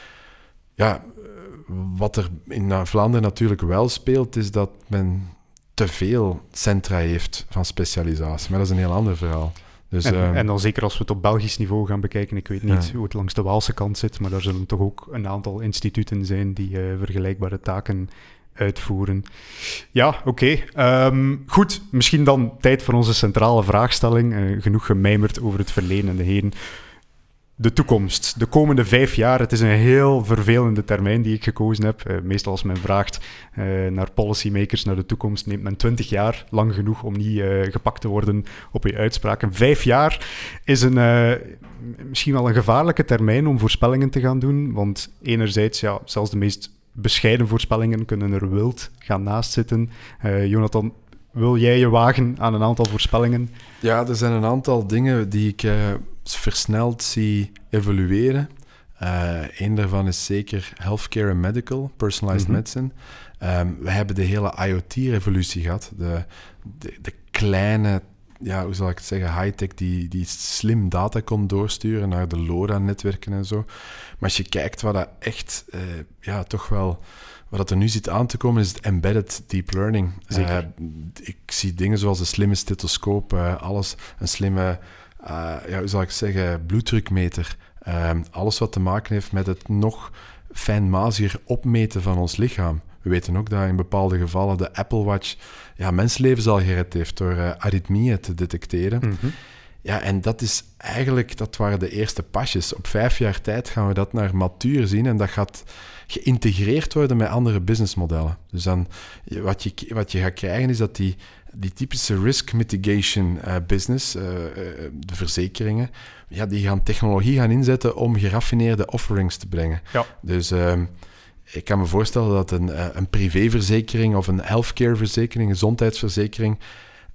ja, wat er in Vlaanderen natuurlijk wel speelt, is dat men te veel centra heeft van specialisatie. Maar dat is een heel ander verhaal. Dus, en, uh, en dan zeker als we het op Belgisch niveau gaan bekijken, ik weet niet ja. hoe het langs de Waalse kant zit, maar daar zullen toch ook een aantal instituten zijn die uh, vergelijkbare taken uitvoeren. Ja, oké. Okay. Um, goed, misschien dan tijd voor onze centrale vraagstelling. Uh, genoeg gemijmerd over het verleden en de heden. De toekomst, de komende vijf jaar. Het is een heel vervelende termijn die ik gekozen heb. Uh, meestal als men vraagt uh, naar policymakers, naar de toekomst, neemt men twintig jaar, lang genoeg om niet uh, gepakt te worden op je uitspraken. Vijf jaar is een, uh, misschien wel een gevaarlijke termijn om voorspellingen te gaan doen, want enerzijds, ja, zelfs de meest bescheiden voorspellingen kunnen er wild gaan naast zitten. Uh, Jonathan, wil jij je wagen aan een aantal voorspellingen? Ja, er zijn een aantal dingen die ik... Uh... versneld zie evolueren. Uh, Eén daarvan is zeker healthcare en medical, personalized mm-hmm. medicine. Um, we hebben de hele IoT-revolutie gehad. De, de, de kleine, ja, hoe zal ik het zeggen, high-tech die, die slim data kon doorsturen naar de LoRa-netwerken en zo. Maar als je kijkt wat dat echt, uh, ja, toch wel... Wat dat er nu zit aan te komen, is het embedded deep learning. Zeker. Uh, ik zie dingen zoals een slimme stethoscoop, uh, alles, een slimme... Uh, ja, hoe zal ik zeggen, bloeddrukmeter. Uh, alles wat te maken heeft met het nog fijnmaziger opmeten van ons lichaam. We weten ook dat in bepaalde gevallen de Apple Watch ja, mensenlevens al gered heeft door uh, aritmieën te detecteren. Mm-hmm. Ja, en dat is eigenlijk, dat waren de eerste pasjes. Op vijf jaar tijd gaan we dat naar matuur zien en dat gaat geïntegreerd worden met andere businessmodellen. Dus dan, wat je, wat je gaat krijgen is dat die Die typische risk mitigation uh, business, uh, uh, de verzekeringen, ja, die gaan technologie gaan inzetten om geraffineerde offerings te brengen. Ja. Dus uh, ik kan me voorstellen dat een, uh, een privéverzekering of een healthcare verzekering, een gezondheidsverzekering,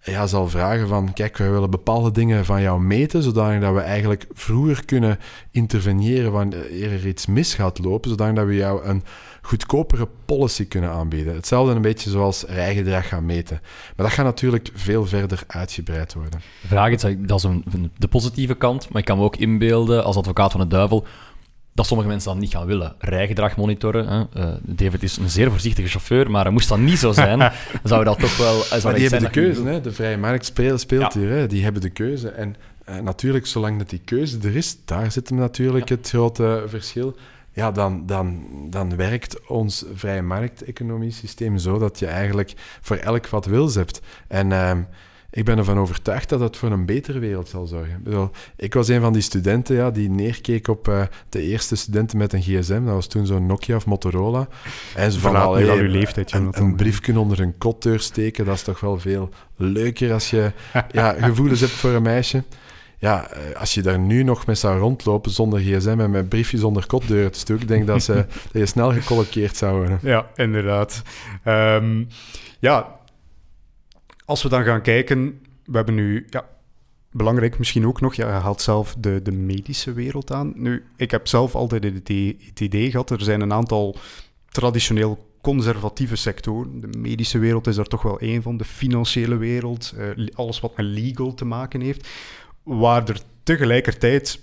ja, zal vragen van, kijk, wij willen bepaalde dingen van jou meten, zodanig dat we eigenlijk vroeger kunnen interveneren wanneer er iets mis gaat lopen, zodanig dat we jou een goedkopere policy kunnen aanbieden. Hetzelfde een beetje zoals rijgedrag gaan meten. Maar dat gaat natuurlijk veel verder uitgebreid worden. De vraag is, dat is een, de positieve kant, maar ik kan me ook inbeelden als advocaat van de duivel dat sommige mensen dat niet gaan willen. Rijgedrag monitoren. Hè. Uh, David is een zeer voorzichtige chauffeur, maar moest dat niet zo zijn, dan zou dat toch wel... Zou maar die hebben de keuze, je... hè. De vrije markt speelt, speelt ja. hier. Hè. Die hebben de keuze. En uh, natuurlijk, zolang dat die keuze er is, daar zit hem natuurlijk ja. het grote verschil. Ja, dan, dan, dan werkt ons vrije markt-economie systeem zo dat je eigenlijk voor elk wat wils hebt. En... Uh, Ik ben ervan overtuigd dat het voor een betere wereld zal zorgen. Ik, bedoel, ik was een van die studenten ja, die neerkeek op uh, de eerste studenten met een gsm. Dat was toen zo'n Nokia of Motorola. En ze van al nu al uw leeftijd, een, een briefje onder een kotdeur steken, dat is toch wel veel leuker als je ja, gevoelens hebt voor een meisje. Ja, als je daar nu nog mee zou rondlopen zonder gsm en met briefjes onder kotdeuren te stoken, denk dat, ze, dat je snel gecolloqueerd zou worden. Ja, inderdaad. Um, ja... Als we dan gaan kijken, we hebben nu, ja, belangrijk misschien ook nog, ja, je haalt zelf de, de medische wereld aan. Nu, ik heb zelf altijd het idee, het idee gehad, er zijn een aantal traditioneel conservatieve sectoren. De medische wereld is daar toch wel één van, de financiële wereld, uh, alles wat met legal te maken heeft, waar er tegelijkertijd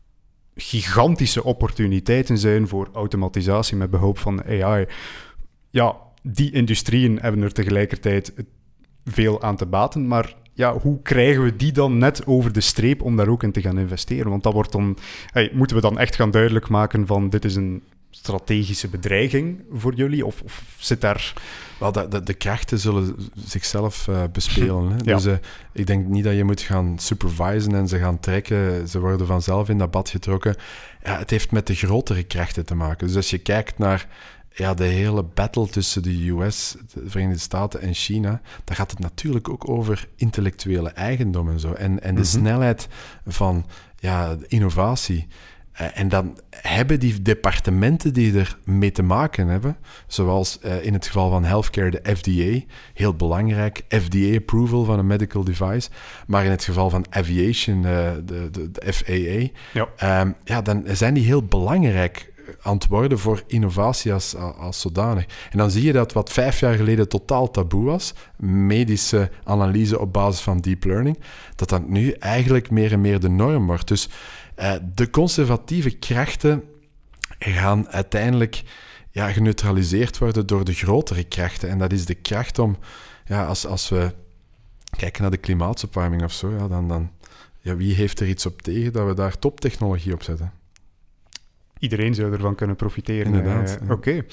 gigantische opportuniteiten zijn voor automatisatie met behulp van A I. Ja, die industrieën hebben er tegelijkertijd veel aan te baten, maar ja, hoe krijgen we die dan net over de streep om daar ook in te gaan investeren? Want dat wordt dan, hey, moeten we dan echt gaan duidelijk maken van dit is een strategische bedreiging voor jullie? Of, of zit daar... Wel, de, de, de krachten zullen zichzelf uh, bespelen. Hè? Ja. Dus uh, ik denk niet dat je moet gaan supervisen en ze gaan trekken. Ze worden vanzelf in dat bad getrokken. Ja, het heeft met de grotere krachten te maken. Dus als je kijkt naar ja, de hele battle tussen de U S, de Verenigde Staten en China, dan gaat het natuurlijk ook over intellectuele eigendom en zo. En, en de mm-hmm. snelheid van ja, de innovatie. Uh, en dan hebben die departementen die er mee te maken hebben, zoals uh, in het geval van healthcare de F D A, heel belangrijk, F D A-approval van een medical device, maar in het geval van aviation, uh, de, de, de F A A, ja. Um, ja, dan zijn die heel belangrijk aan het worden voor innovatie als, als zodanig. En dan zie je dat wat vijf jaar geleden totaal taboe was, medische analyse op basis van deep learning, dat dat nu eigenlijk meer en meer de norm wordt. Dus uh, de conservatieve krachten gaan uiteindelijk ja, geneutraliseerd worden door de grotere krachten. En dat is de kracht om, ja, als, als we kijken naar de klimaatopwarming of zo, ja, dan, dan ja, wie heeft er iets op tegen dat we daar toptechnologie op zetten? Iedereen zou ervan kunnen profiteren. Inderdaad. Uh, Oké. Okay.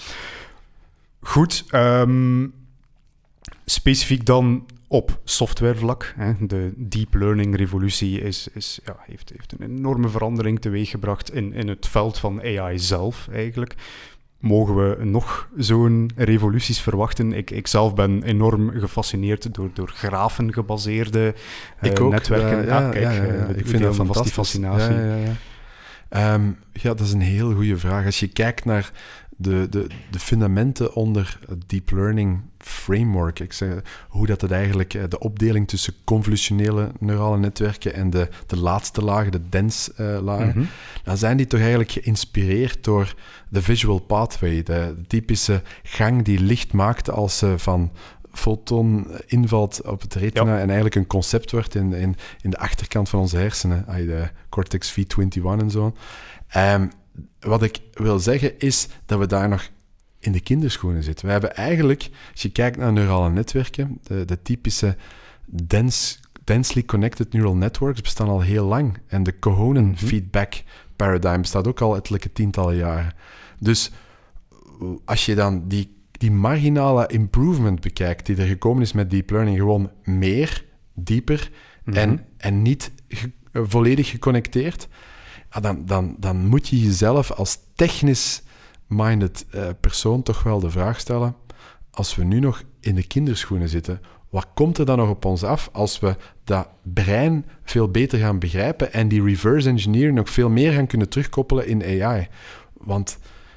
Goed. Um, specifiek dan op softwarevlak. Hè. De deep learning revolutie is, is, ja, heeft, heeft een enorme verandering teweeggebracht in, in het veld van A I zelf eigenlijk. Mogen we nog zo'n revoluties verwachten? Ik, ik zelf ben enorm gefascineerd door, door grafen-gebaseerde uh, ik ook, netwerken. Uh, ja, ah, kijk, ja, ja, ja. Uh, ik vind dat fantastisch. Die fascinatie. Ja, ja, ja. Um, ja, dat is een heel goede vraag. Als je kijkt naar de, de, de fundamenten onder het deep learning framework, ik zeg, hoe dat het eigenlijk, de opdeling tussen convolutionele neurale netwerken en de, de laatste lagen, de dense uh, lagen, mm-hmm. dan zijn die toch eigenlijk geïnspireerd door de visual pathway, de, de typische gang die licht maakt als ze van foton invalt op het retina ja. en eigenlijk een concept wordt in, in, in de achterkant van onze hersenen, de cortex V eenentwintig en zo. Um, wat ik wil zeggen is dat we daar nog in de kinderschoenen zitten. We hebben eigenlijk, als je kijkt naar neurale netwerken, de, de typische dense, densely connected neural networks bestaan al heel lang. En de Cohonen mm-hmm. feedback paradigm bestaat ook al ettelijke tientallen jaren. Dus als je dan die die marginale improvement bekijkt die er gekomen is met deep learning, gewoon meer, dieper mm-hmm. en, en niet ge- volledig geconnecteerd, ja, dan, dan, dan moet je jezelf als technisch-minded uh, persoon toch wel de vraag stellen, als we nu nog in de kinderschoenen zitten, wat komt er dan nog op ons af als we dat brein veel beter gaan begrijpen en die reverse engineering nog veel meer gaan kunnen terugkoppelen in A I? Want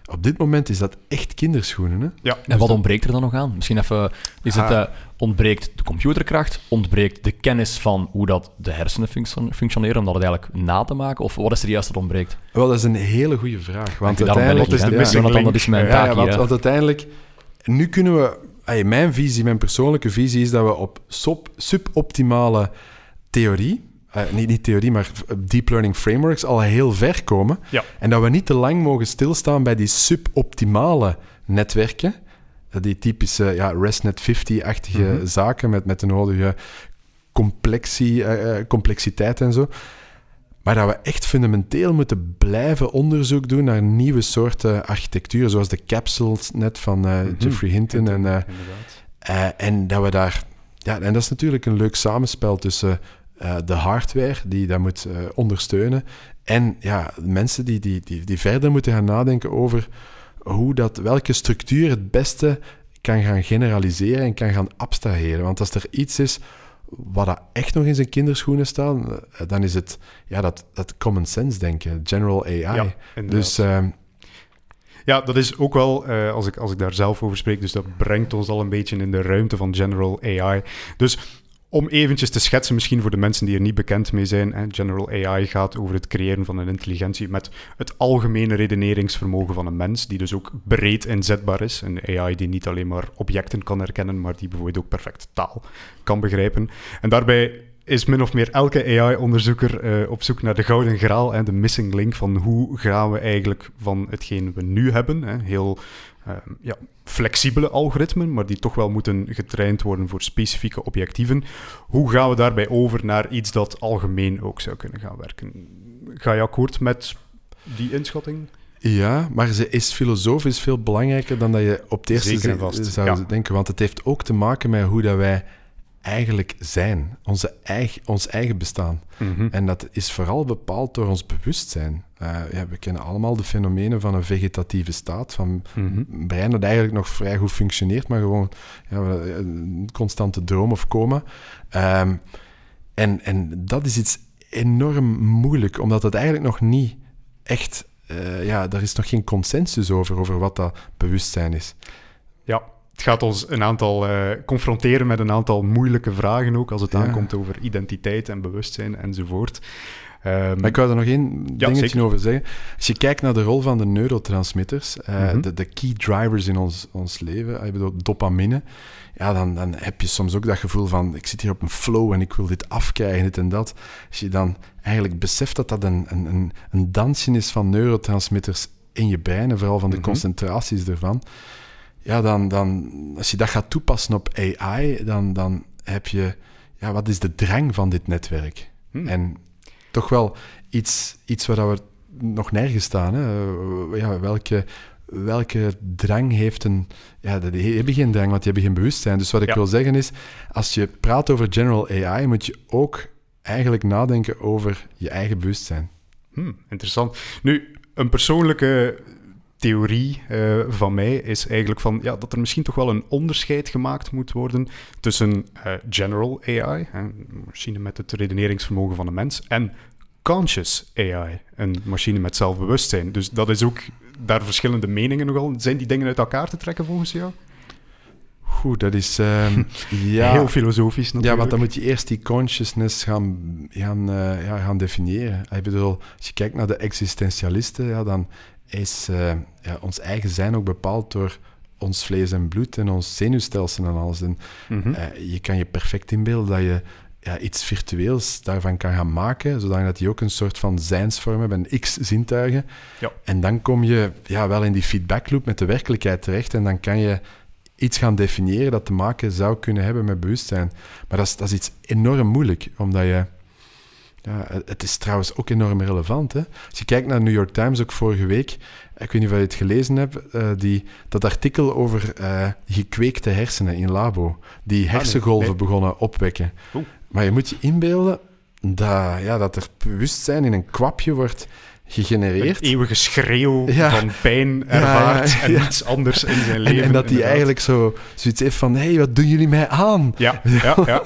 op dit moment is dat echt kinderschoenen. Hè? Ja, En wat ontbreekt er dan nog aan? Misschien even... Is het, uh, ontbreekt de computerkracht? Ontbreekt de kennis van hoe dat de hersenen function- functioneren, om dat het eigenlijk na te maken? Of wat is er juist dat ontbreekt? Wel, dat is een hele goede vraag. Want Daarom uiteindelijk... ben ik, wat is de hè? missing Jonathan, dat link? is mijn Ja, taak ja, hier, want, hè. want uiteindelijk... Nu kunnen we... Ay, mijn visie, mijn persoonlijke visie is dat we op sub, suboptimale theorie... Uh, niet, niet theorie, maar deep learning frameworks al heel ver komen. Ja. En dat we niet te lang mogen stilstaan bij die suboptimale netwerken. Die typische ja, ResNet vijftig-achtige Mm-hmm. zaken met, met de nodige complexie, uh, complexiteit en zo. Maar dat we echt fundamenteel moeten blijven onderzoek doen naar nieuwe soorten architecturen, zoals de capsules net van uh, Mm-hmm. Jeffrey Hinton. En, uh, uh, en dat we daar... Ja, en dat is natuurlijk een leuk samenspel tussen uh, de hardware, die dat moet uh, ondersteunen, en ja, mensen die, die, die, die verder moeten gaan nadenken over hoe dat, welke structuur het beste kan gaan generaliseren en kan gaan abstraheren. Want als er iets is wat dat echt nog in zijn kinderschoenen staat, dan is het ja, dat, dat common sense denken, general A I. Ja, dus uh, ja, dat is ook wel, uh, als, ik, als ik daar zelf over spreek, dus dat brengt ons al een beetje in de ruimte van general A I. Dus om eventjes te schetsen, misschien voor de mensen die er niet bekend mee zijn, hè, general A I gaat over het creëren van een intelligentie met het algemene redeneringsvermogen van een mens, die dus ook breed inzetbaar is. Een A I die niet alleen maar objecten kan herkennen, maar die bijvoorbeeld ook perfect taal kan begrijpen. En daarbij is min of meer elke A I-onderzoeker uh, op zoek naar de gouden graal en de missing link van hoe gaan we eigenlijk van hetgeen we nu hebben, hè, heel uh, ja, flexibele algoritmen, maar die toch wel moeten getraind worden voor specifieke objectieven. Hoe gaan we daarbij over naar iets dat algemeen ook zou kunnen gaan werken? Ga je akkoord met die inschatting? Ja, maar ze is filosofisch veel belangrijker dan dat je op het eerste Zeker en vast, zou ja. denken. Want het heeft ook te maken met hoe dat wij eigenlijk zijn. Onze eigen, ons eigen bestaan. Mm-hmm. En dat is vooral bepaald door ons bewustzijn. Uh, ja, we kennen allemaal de fenomenen van een vegetatieve staat, van Mm-hmm. een brein dat eigenlijk nog vrij goed functioneert, maar gewoon ja, een constante droom of coma. Um, en, en dat is iets enorm moeilijk, omdat het eigenlijk nog niet echt... Uh, ja, daar is nog geen consensus over, over wat dat bewustzijn is. Ja, het gaat ons een aantal uh, confronteren met een aantal moeilijke vragen ook, als het Ja. aankomt over identiteit en bewustzijn enzovoort. Um, Maar ik wou er nog één ja, dingetje zeker. over zeggen. Als je kijkt naar de rol van de neurotransmitters, uh, Mm-hmm. de, de key drivers in ons, ons leven, ik bedoel dopamine, ja, dan, dan heb je soms ook dat gevoel van, ik zit hier op een flow en ik wil dit afkrijgen, dit en dat. Als je dan eigenlijk beseft dat dat een, een, een, een dansje is van neurotransmitters in je brein, en vooral van de Mm-hmm. concentraties ervan, ja, dan, dan, als je dat gaat toepassen op A I, dan, dan heb je, ja, wat is de drang van dit netwerk? Hmm. En toch wel iets, iets waar we nog nergens staan. Hè? Ja, welke, welke drang heeft een... Ja, die hebben geen drang, want die hebben geen bewustzijn. Dus wat ik Ja. wil zeggen is, als je praat over general A I, moet je ook eigenlijk nadenken over je eigen bewustzijn. Hmm, interessant. Nu, een persoonlijke theorie uh, van mij is eigenlijk van, ja, dat er misschien toch wel een onderscheid gemaakt moet worden tussen uh, general A I, hè, een machine met het redeneringsvermogen van een mens, en conscious A I, een machine met zelfbewustzijn. Dus dat is ook daar verschillende meningen nogal. Zijn die dingen uit elkaar te trekken volgens jou? Goed, dat is... Um, ja, heel filosofisch natuurlijk. Ja, want dan moet je eerst die consciousness gaan, gaan, uh, ja, gaan definiëren. Ik bedoel, als je kijkt naar de existentialisten, ja, dan is uh, ja, ons eigen zijn ook bepaald door ons vlees en bloed en ons zenuwstelsel en alles. En, Mm-hmm. uh, je kan je perfect inbeelden dat je ja, iets virtueels daarvan kan gaan maken, zodat die ook een soort van zijnsvorm hebben, een x-zintuigen. Ja. En dan kom je ja, wel in die feedbackloop met de werkelijkheid terecht en dan kan je iets gaan definiëren dat te maken zou kunnen hebben met bewustzijn. Maar dat is, dat is iets enorm moeilijk, omdat je... Ja, het is trouwens ook enorm relevant. Hè? Als je kijkt naar de New York Times, ook vorige week, ik weet niet of je het gelezen hebt, uh, die, dat artikel over uh, gekweekte hersenen in labo, die hersengolven nee, nee. begonnen opwekken. Oeh. Maar je moet je inbeelden dat, ja, dat er bewustzijn in een kwapje wordt gegenereerd. Een eeuwige schreeuw Ja. van pijn ervaart Ja, ja, en ja. niets anders in zijn En, leven. en dat hij inderdaad. eigenlijk zo, zoiets heeft van, hé, hey, wat doen jullie mij aan? Ja, ja, ja.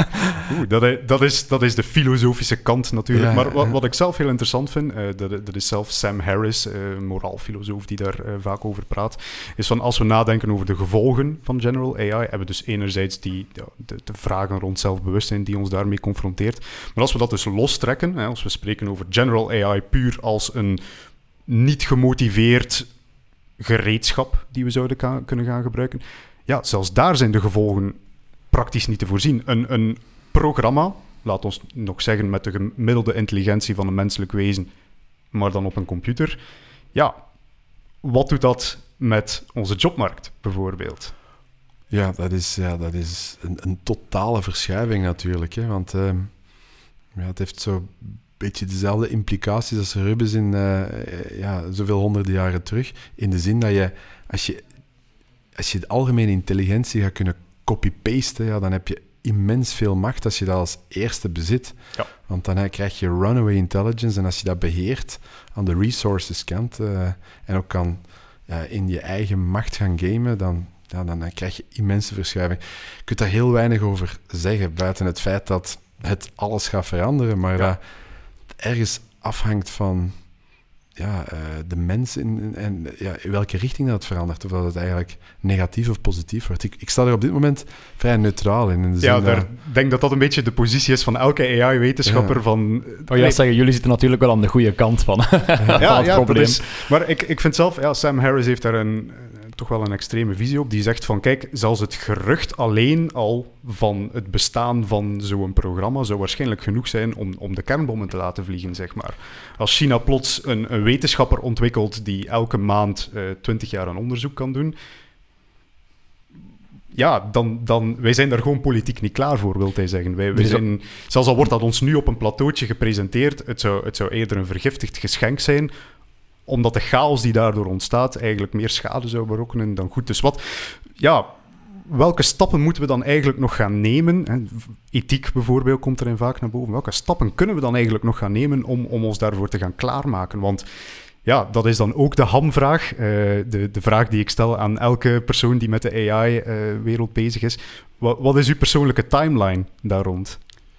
Oeh, dat, is, dat, is, dat is de filosofische kant natuurlijk. Ja, maar wat, ja. wat ik zelf heel interessant vind, uh, dat, dat is zelf Sam Harris, uh, moraalfilosoof die daar uh, vaak over praat, is van als we nadenken over de gevolgen van general A I, hebben we dus enerzijds die, ja, de, de vragen rond zelfbewustzijn die ons daarmee confronteert. Maar als we dat dus lostrekken, hè, als we spreken over general A I puur als een niet gemotiveerd gereedschap die we zouden ka- kunnen gaan gebruiken, ja, zelfs daar zijn de gevolgen praktisch niet te voorzien. Een, een programma, laat ons nog zeggen met de gemiddelde intelligentie van een menselijk wezen, maar dan op een computer, ja, wat doet dat met onze jobmarkt bijvoorbeeld? Ja, dat is, ja, dat is een, een totale verschuiving natuurlijk. Hè? Want uh, ja, het heeft zo een beetje dezelfde implicaties als Rubens in uh, ja, zoveel honderden jaren terug. In de zin dat je, als je, als je de algemene intelligentie gaat kunnen copy-pasten, ja, dan heb je immens veel macht als je dat als eerste bezit. Ja. Want dan uh, krijg je runaway intelligence en als je dat beheert aan de resources kant uh, en ook kan uh, in je eigen macht gaan gamen, dan... Ja, dan, dan krijg je immense verschuiving. Je kunt daar heel weinig over zeggen, buiten het feit dat het alles gaat veranderen, maar ja. dat het ergens afhangt van ja, uh, de mens in, en ja, in welke richting dat het verandert, of dat het eigenlijk negatief of positief wordt. Ik, ik sta er op dit moment vrij neutraal in. in de zin ja, ik dat... denk dat dat een beetje de positie is van elke A I-wetenschapper. Ja. Van, Oh ja, zeggen, jullie zitten natuurlijk wel aan de goede kant van, van ja, het ja, probleem. Dat is, maar ik, ik vind zelf, ja, Sam Harris heeft daar een, toch wel een extreme visie op. Die zegt van, kijk, zelfs het gerucht alleen al van het bestaan van zo'n programma zou waarschijnlijk genoeg zijn om, om de kernbommen te laten vliegen, zeg maar. Als China plots een, een wetenschapper ontwikkelt die elke maand twintig uh, jaar een onderzoek kan doen, ja, dan, dan... Wij zijn daar gewoon politiek niet klaar voor, wil hij zeggen. Wij, wij zijn, zelfs al wordt dat ons nu op een plateautje gepresenteerd, het zou, het zou eerder een vergiftigd geschenk zijn, omdat de chaos die daardoor ontstaat eigenlijk meer schade zou berokkenen dan goed. Dus wat... Ja, welke stappen moeten we dan eigenlijk nog gaan nemen? Ethiek bijvoorbeeld komt erin vaak naar boven. Welke stappen kunnen we dan eigenlijk nog gaan nemen om, om ons daarvoor te gaan klaarmaken? Want ja, dat is dan ook de hamvraag. Uh, de, de vraag die ik stel aan elke persoon die met de A I-wereld uh, bezig is. Wat, wat is uw persoonlijke timeline daar rond?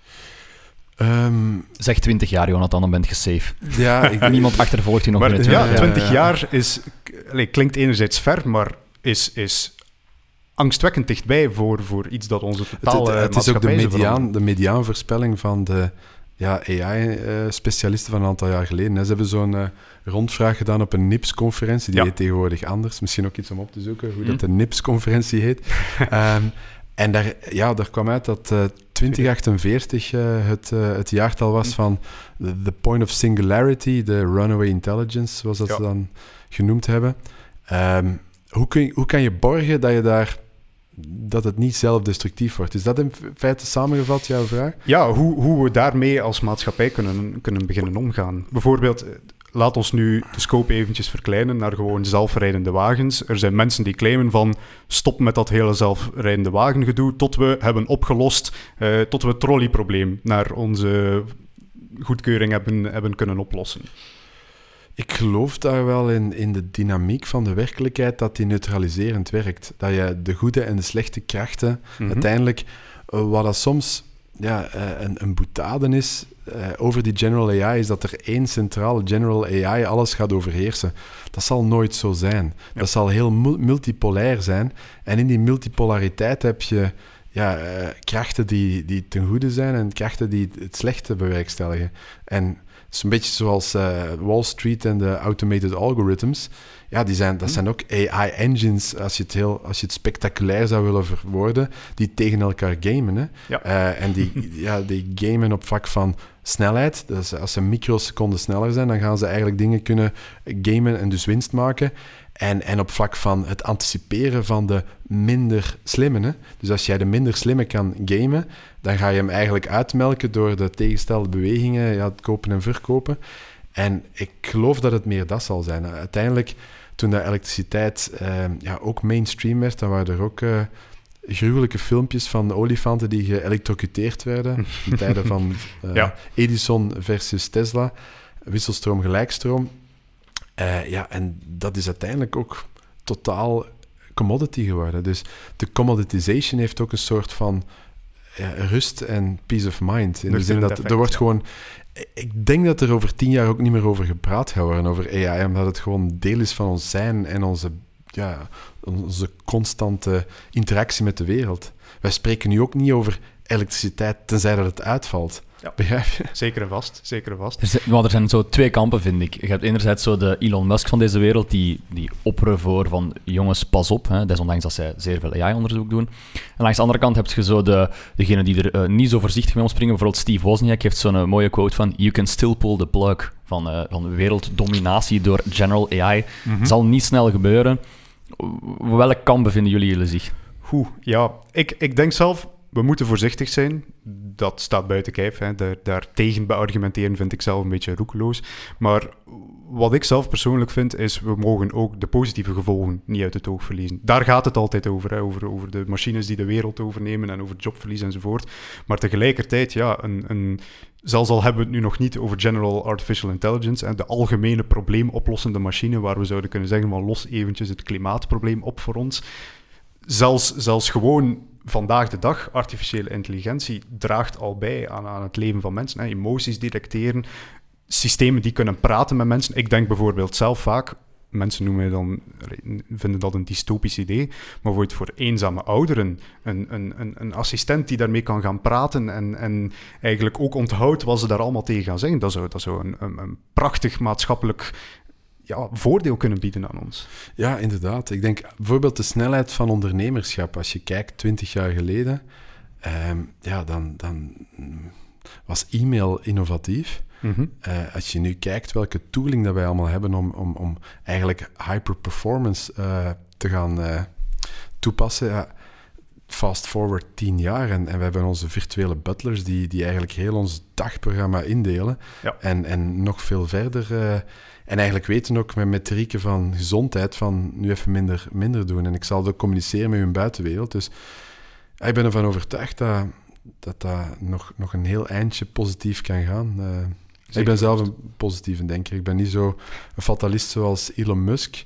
Um, zeg twintig jaar, Jonathan, dan bent je safe. Ja, ik, Niemand achtervolgt je nog maar, in het ja, jaar. twintig ja, ja. jaar is, allee, klinkt enerzijds ver, maar is, is angstwekkend dichtbij voor, voor iets dat onze totale het, het, het is ook de, maatschappij zou mediaan, veranderen. de mediaanvoorspelling van de ja, A I-specialisten van een aantal jaar geleden. Ze hebben zo'n uh, rondvraag gedaan op een N I P S-conferentie. Die Ja. heet tegenwoordig anders. Misschien ook iets om op te zoeken, hoe Hm. dat de N I P S-conferentie heet. um, en daar, ja, daar kwam uit dat uh, twintig achtenveertig uh, het, uh, het jaartal was van the, the point of singularity, de runaway intelligence, zoals dat Ja. ze dan genoemd hebben. Um, hoe, kun je, hoe kan je borgen dat je daar... dat het niet zelfdestructief wordt. Is dat in feite samengevat, jouw vraag? Ja, hoe, hoe we daarmee als maatschappij kunnen, kunnen beginnen omgaan. Bijvoorbeeld, laat ons nu de scope eventjes verkleinen naar gewoon zelfrijdende wagens. Er zijn mensen die claimen van stop met dat hele zelfrijdende wagengedoe tot we hebben opgelost, uh, tot we het trolleyprobleem naar onze goedkeuring hebben, hebben kunnen oplossen. Ik geloof daar wel in, in de dynamiek van de werkelijkheid dat die neutraliserend werkt. Dat je de goede en de slechte krachten Mm-hmm. uiteindelijk, uh, wat dat soms ja, uh, een, een boetade is uh, over die general A I, is dat er één centrale general A I alles gaat overheersen. Dat zal nooit zo zijn. Ja. Dat zal heel mu- multipolair zijn. En in die multipolariteit heb je ja, uh, krachten die, die ten goede zijn en krachten die het slechte bewerkstelligen. En het is een beetje zoals uh, Wall Street en de automated algorithms. Ja, die zijn, dat zijn ook A I-engines, als je het heel, als je het spectaculair zou willen verwoorden, die tegen elkaar gamen. Hè? Ja. Uh, en die, ja, die gamen op vlak van snelheid. Dus als ze microseconden sneller zijn, dan gaan ze eigenlijk dingen kunnen gamen en dus winst maken. En, en op vlak van het anticiperen van de minder slimme. Hè? Dus als jij de minder slimme kan gamen, dan ga je hem eigenlijk uitmelken door de tegenstelde bewegingen, ja, het kopen en verkopen. En ik geloof dat het meer dat zal zijn. Uiteindelijk, toen de elektriciteit uh, ja, ook mainstream werd, dan waren er ook uh, gruwelijke filmpjes van olifanten die geëlectrocuteerd werden. In tijden van uh, Ja. Edison versus Tesla, wisselstroom, gelijkstroom. Uh, ja, en dat is uiteindelijk ook totaal commodity geworden. Dus de commoditization heeft ook een soort van ja, rust en peace of mind. In de Dus zin dat effect, er wordt ja. gewoon... Ik denk dat er over tien jaar ook niet meer over gepraat gaat worden, over A I, omdat het gewoon deel is van ons zijn en onze, ja, onze constante interactie met de wereld. Wij spreken nu ook niet over elektriciteit, tenzij dat het uitvalt. Ja. Begrijp je? Zeker en vast, zeker en vast. Er zijn, maar er zijn zo twee kampen, vind ik. Je hebt enerzijds zo de Elon Musk van deze wereld, die, die opperen voor van jongens, pas op, hè, desondanks dat zij zeer veel A I-onderzoek doen. En langs de andere kant heb je zo de, degene die er uh, niet zo voorzichtig mee omspringen. Bijvoorbeeld Steve Wozniak heeft zo'n uh, mooie quote van You can still pull the plug, van, uh, van werelddominatie door general A I. Mm-hmm. Zal niet snel gebeuren. Welk kamp bevinden jullie jullie zich? Goed, ja. Ik, ik denk zelf, we moeten voorzichtig zijn. Dat staat buiten kijf. Hè. Daar, daar tegen beargumenteren vind ik zelf een beetje roekeloos. Maar wat ik zelf persoonlijk vind, is we mogen ook de positieve gevolgen niet uit het oog verliezen. Daar gaat het altijd over, hè. Over, over de machines die de wereld overnemen en over jobverlies enzovoort. Maar tegelijkertijd, ja, een, een, zelfs al hebben we het nu nog niet over general artificial intelligence, hè, de algemene probleemoplossende machine, waar we zouden kunnen zeggen, van los eventjes het klimaatprobleem op voor ons. Zelfs, zelfs gewoon vandaag de dag, artificiële intelligentie draagt al bij aan, aan het leven van mensen. Hè. Emoties detecteren, systemen die kunnen praten met mensen. Ik denk bijvoorbeeld zelf vaak, mensen noemen dan, vinden dat een dystopisch idee, maar bijvoorbeeld voor eenzame ouderen, een, een, een, een assistent die daarmee kan gaan praten en, en eigenlijk ook onthoudt wat ze daar allemaal tegen gaan zeggen. Dat zou, dat zou een, een, een prachtig maatschappelijk ja, voordeel kunnen bieden aan ons. Ja, inderdaad. Ik denk bijvoorbeeld de snelheid van ondernemerschap. Als je kijkt, twintig jaar geleden, um, ja, dan, dan was e-mail innovatief. Mm-hmm. Uh, als je nu kijkt welke tooling dat wij allemaal hebben om, om, om eigenlijk hyper-performance uh, te gaan uh, toepassen, ja, fast forward tien jaar en, en we hebben onze virtuele butlers die, die eigenlijk heel ons dagprogramma indelen Ja. en, en nog veel verder... Uh, En eigenlijk weten ook met metrieken van gezondheid van nu even minder, minder doen. En ik zal dat communiceren met hun buitenwereld. Dus ik ben ervan overtuigd dat dat, dat nog, nog een heel eindje positief kan gaan. Uh, ik ben zelf een positieve denker. Ik ben niet zo een fatalist zoals Elon Musk.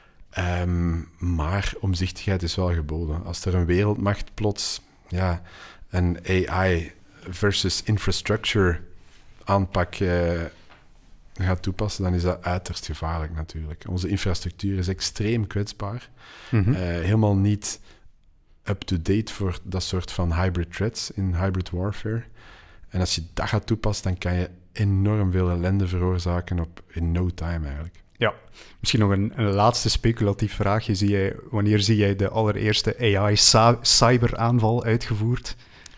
Um, maar omzichtigheid is wel geboden. Als er een wereldmacht plots ja, een A I versus infrastructure aanpak... Uh, gaat toepassen, dan is dat uiterst gevaarlijk natuurlijk. Onze infrastructuur is extreem kwetsbaar. Mm-hmm. Uh, helemaal niet up-to-date voor dat soort van hybrid threats in hybrid warfare. En als je dat gaat toepassen, dan kan je enorm veel ellende veroorzaken op in no time eigenlijk. Ja, misschien nog een, een laatste speculatief vraagje. Zie jij, wanneer zie jij de allereerste A I-cyberaanval uitgevoerd?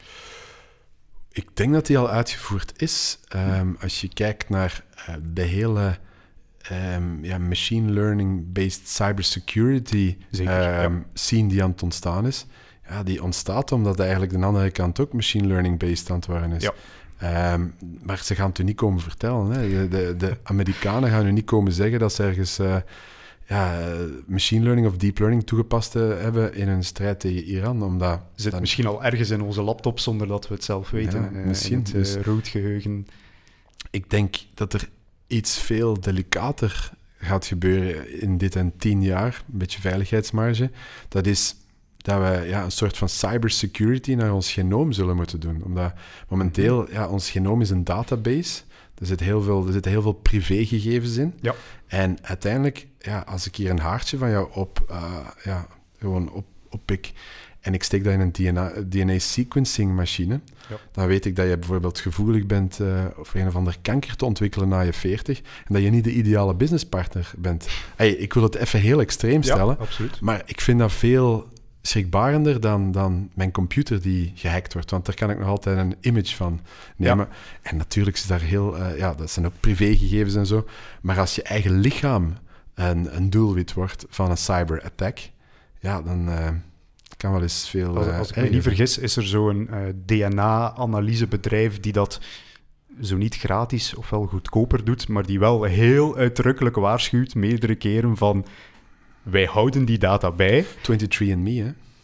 Ik denk dat die al uitgevoerd is. Um, als je kijkt naar uh, de hele um, ja, machine learning-based cybersecurity Zeker, um, ja. scene die aan het ontstaan is, ja, die ontstaat omdat eigenlijk de andere kant ook machine learning-based aan het worden is. Ja. Um, maar ze gaan het u niet komen vertellen. Hè. De, de, de Amerikanen gaan u niet komen zeggen dat ze ergens uh, ja, machine learning of deep learning toegepast hebben in een strijd tegen Iran. Omdat Zit dan... misschien al ergens in onze laptop zonder dat we het zelf weten. Ja, uh, misschien. In het Dus... uh, roodgeheugen. Ik denk dat er iets veel delicater gaat gebeuren in dit en tien jaar. Een beetje veiligheidsmarge. Dat is dat we ja, een soort van cybersecurity naar ons genoom zullen moeten doen. Omdat momenteel, ja, ons genoom is een database. Er zit heel veel, er zitten heel veel privégegevens in. Ja. En uiteindelijk, ja, als ik hier een haartje van jou op, uh, ja, gewoon op, oppik en ik steek dat in een D N A-sequencing machine, ja. dan weet ik dat je bijvoorbeeld gevoelig bent uh, voor een of ander kanker te ontwikkelen na je veertig en dat je niet de ideale businesspartner bent. Hey, ik wil het even heel extreem stellen, Ja, absoluut. maar ik vind dat veel schrikbarender dan, dan mijn computer die gehackt wordt, want daar kan ik nog altijd een image van nemen. Ja. En natuurlijk is daar heel... Uh, ja, dat zijn ook privégegevens en zo, maar als je eigen lichaam een, een doelwit wordt van een cyberattack, ja, dan... Uh, kan wel eens veel... Als, als ik uh, me niet vergis, is er zo'n uh, D N A-analysebedrijf die dat zo niet gratis of wel goedkoper doet, maar die wel heel uitdrukkelijk waarschuwt meerdere keren van wij houden die data bij. twenty-three and me, hè?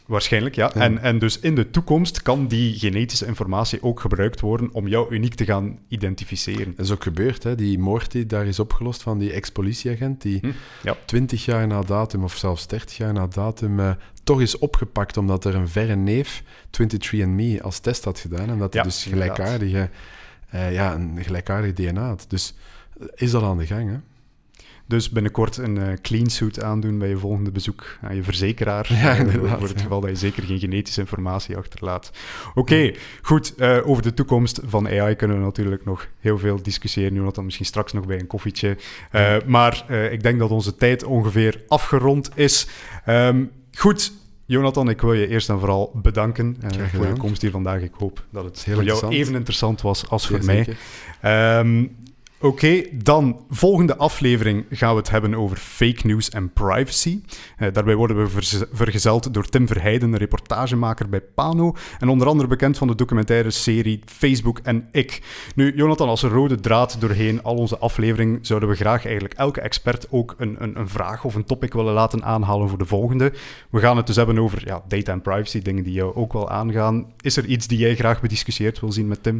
Waarschijnlijk, ja. Ja. En, en dus in de toekomst kan die genetische informatie ook gebruikt worden om jou uniek te gaan identificeren. Dat is ook gebeurd, hè? Die moord die daar is opgelost van die ex-politieagent, die Hm, ja. twintig jaar na datum, of zelfs dertig jaar na datum, uh, toch is opgepakt omdat er een verre neef twenty-three and me als test had gedaan en dat hij Ja, dus inderdaad. gelijkaardige, uh, ja, een gelijkaardig D N A had. Dus uh, is dat aan de gang, hè? Dus binnenkort een uh, clean suit aandoen bij je volgende bezoek aan je verzekeraar. Ja, uh, inderdaad, voor het ja. geval dat je zeker geen genetische informatie achterlaat. Oké, okay, goed. Uh, over de toekomst van A I kunnen we natuurlijk nog heel veel discussiëren. Jonathan, misschien straks nog bij een koffietje. Uh, maar uh, ik denk dat onze tijd ongeveer afgerond is. Um, goed. Jonathan, ik wil je eerst en vooral bedanken uh, voor je komst hier vandaag. Ik hoop dat het heel voor jou even interessant was als voor Zeker. mij. Um, Oké, okay, dan volgende aflevering gaan we het hebben over fake news en privacy. Uh, daarbij worden we verze- vergezeld door Tim Verheijden, een reportagemaker bij Pano en onder andere bekend van de documentaire serie Facebook en ik. Nu, Jonathan, als een rode draad doorheen al onze aflevering zouden we graag eigenlijk elke expert ook een, een, een vraag of een topic willen laten aanhalen voor de volgende. We gaan het dus hebben over ja, data en privacy, dingen die jou ook wel aangaan. Is er iets die jij graag bediscussieerd wil zien met Tim?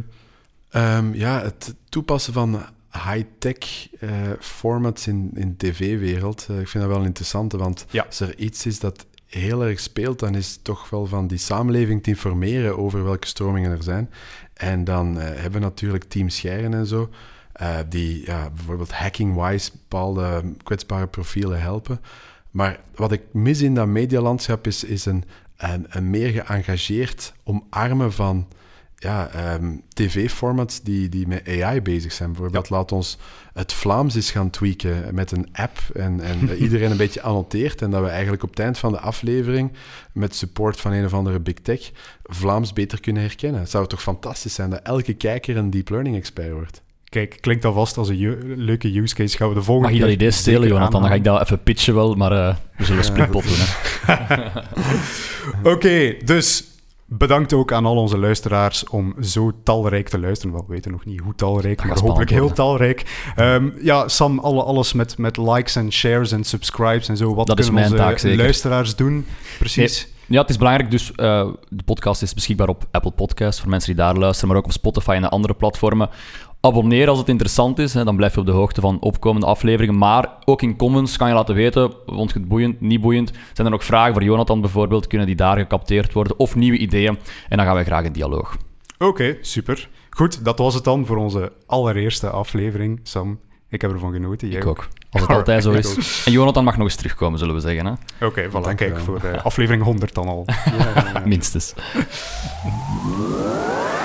Um, ja, het toepassen van high-tech uh, formats in de tv-wereld. Uh, ik vind dat wel interessant, want ja. als er iets is dat heel erg speelt, dan is het toch wel van die samenleving te informeren over welke stromingen er zijn. En dan uh, hebben we natuurlijk Team Scheiren en zo, uh, die ja, bijvoorbeeld hacking-wise bepaalde kwetsbare profielen helpen. Maar wat ik mis in dat medialandschap is, is een, een, een meer geëngageerd omarmen van ja, um, tv-formats die, die met A I bezig zijn. Bijvoorbeeld, ja. Laat ons het Vlaams eens gaan tweaken met een app en, en iedereen een beetje annoteert en dat we eigenlijk op het eind van de aflevering met support van een of andere big tech Vlaams beter kunnen herkennen. Het zou toch fantastisch zijn dat elke kijker een deep learning expert wordt. Kijk, klinkt alvast als een ju- leuke use case. Gaan we de volgende Mag je dat idee stelen, Jonathan? Dan ga ik dat even pitchen wel, maar uh, we zullen Ja. splitpot doen. Oké, okay, dus bedankt ook aan al onze luisteraars om zo talrijk te luisteren. Wel, we weten nog niet hoe talrijk, maar hopelijk heel talrijk. Um, ja, Sam, alle, alles met, met likes en shares en subscribes en zo. Wat dat kunnen is mijn onze taak, luisteraars doen? Precies. Nee. Ja, het is belangrijk. Dus uh, de podcast is beschikbaar op Apple Podcasts voor mensen die daar luisteren, maar ook op Spotify en de andere platformen. Abonneer als het interessant is, hè, dan blijf je op de hoogte van opkomende afleveringen. Maar ook in comments kan je laten weten, vond je het boeiend, niet boeiend? Zijn er nog vragen voor Jonathan bijvoorbeeld? Kunnen die daar gecapteerd worden? Of nieuwe ideeën? En dan gaan wij graag in dialoog. Oké, okay, super. Goed, dat was het dan voor onze allereerste aflevering. Sam, ik heb ervan genoten. Jij ik ook. Als het altijd zo is. En Jonathan mag nog eens terugkomen, zullen we zeggen. Oké, okay, voilà. Kijk, voor uh, aflevering honderd dan al. Ja, ja, ja. Minstens.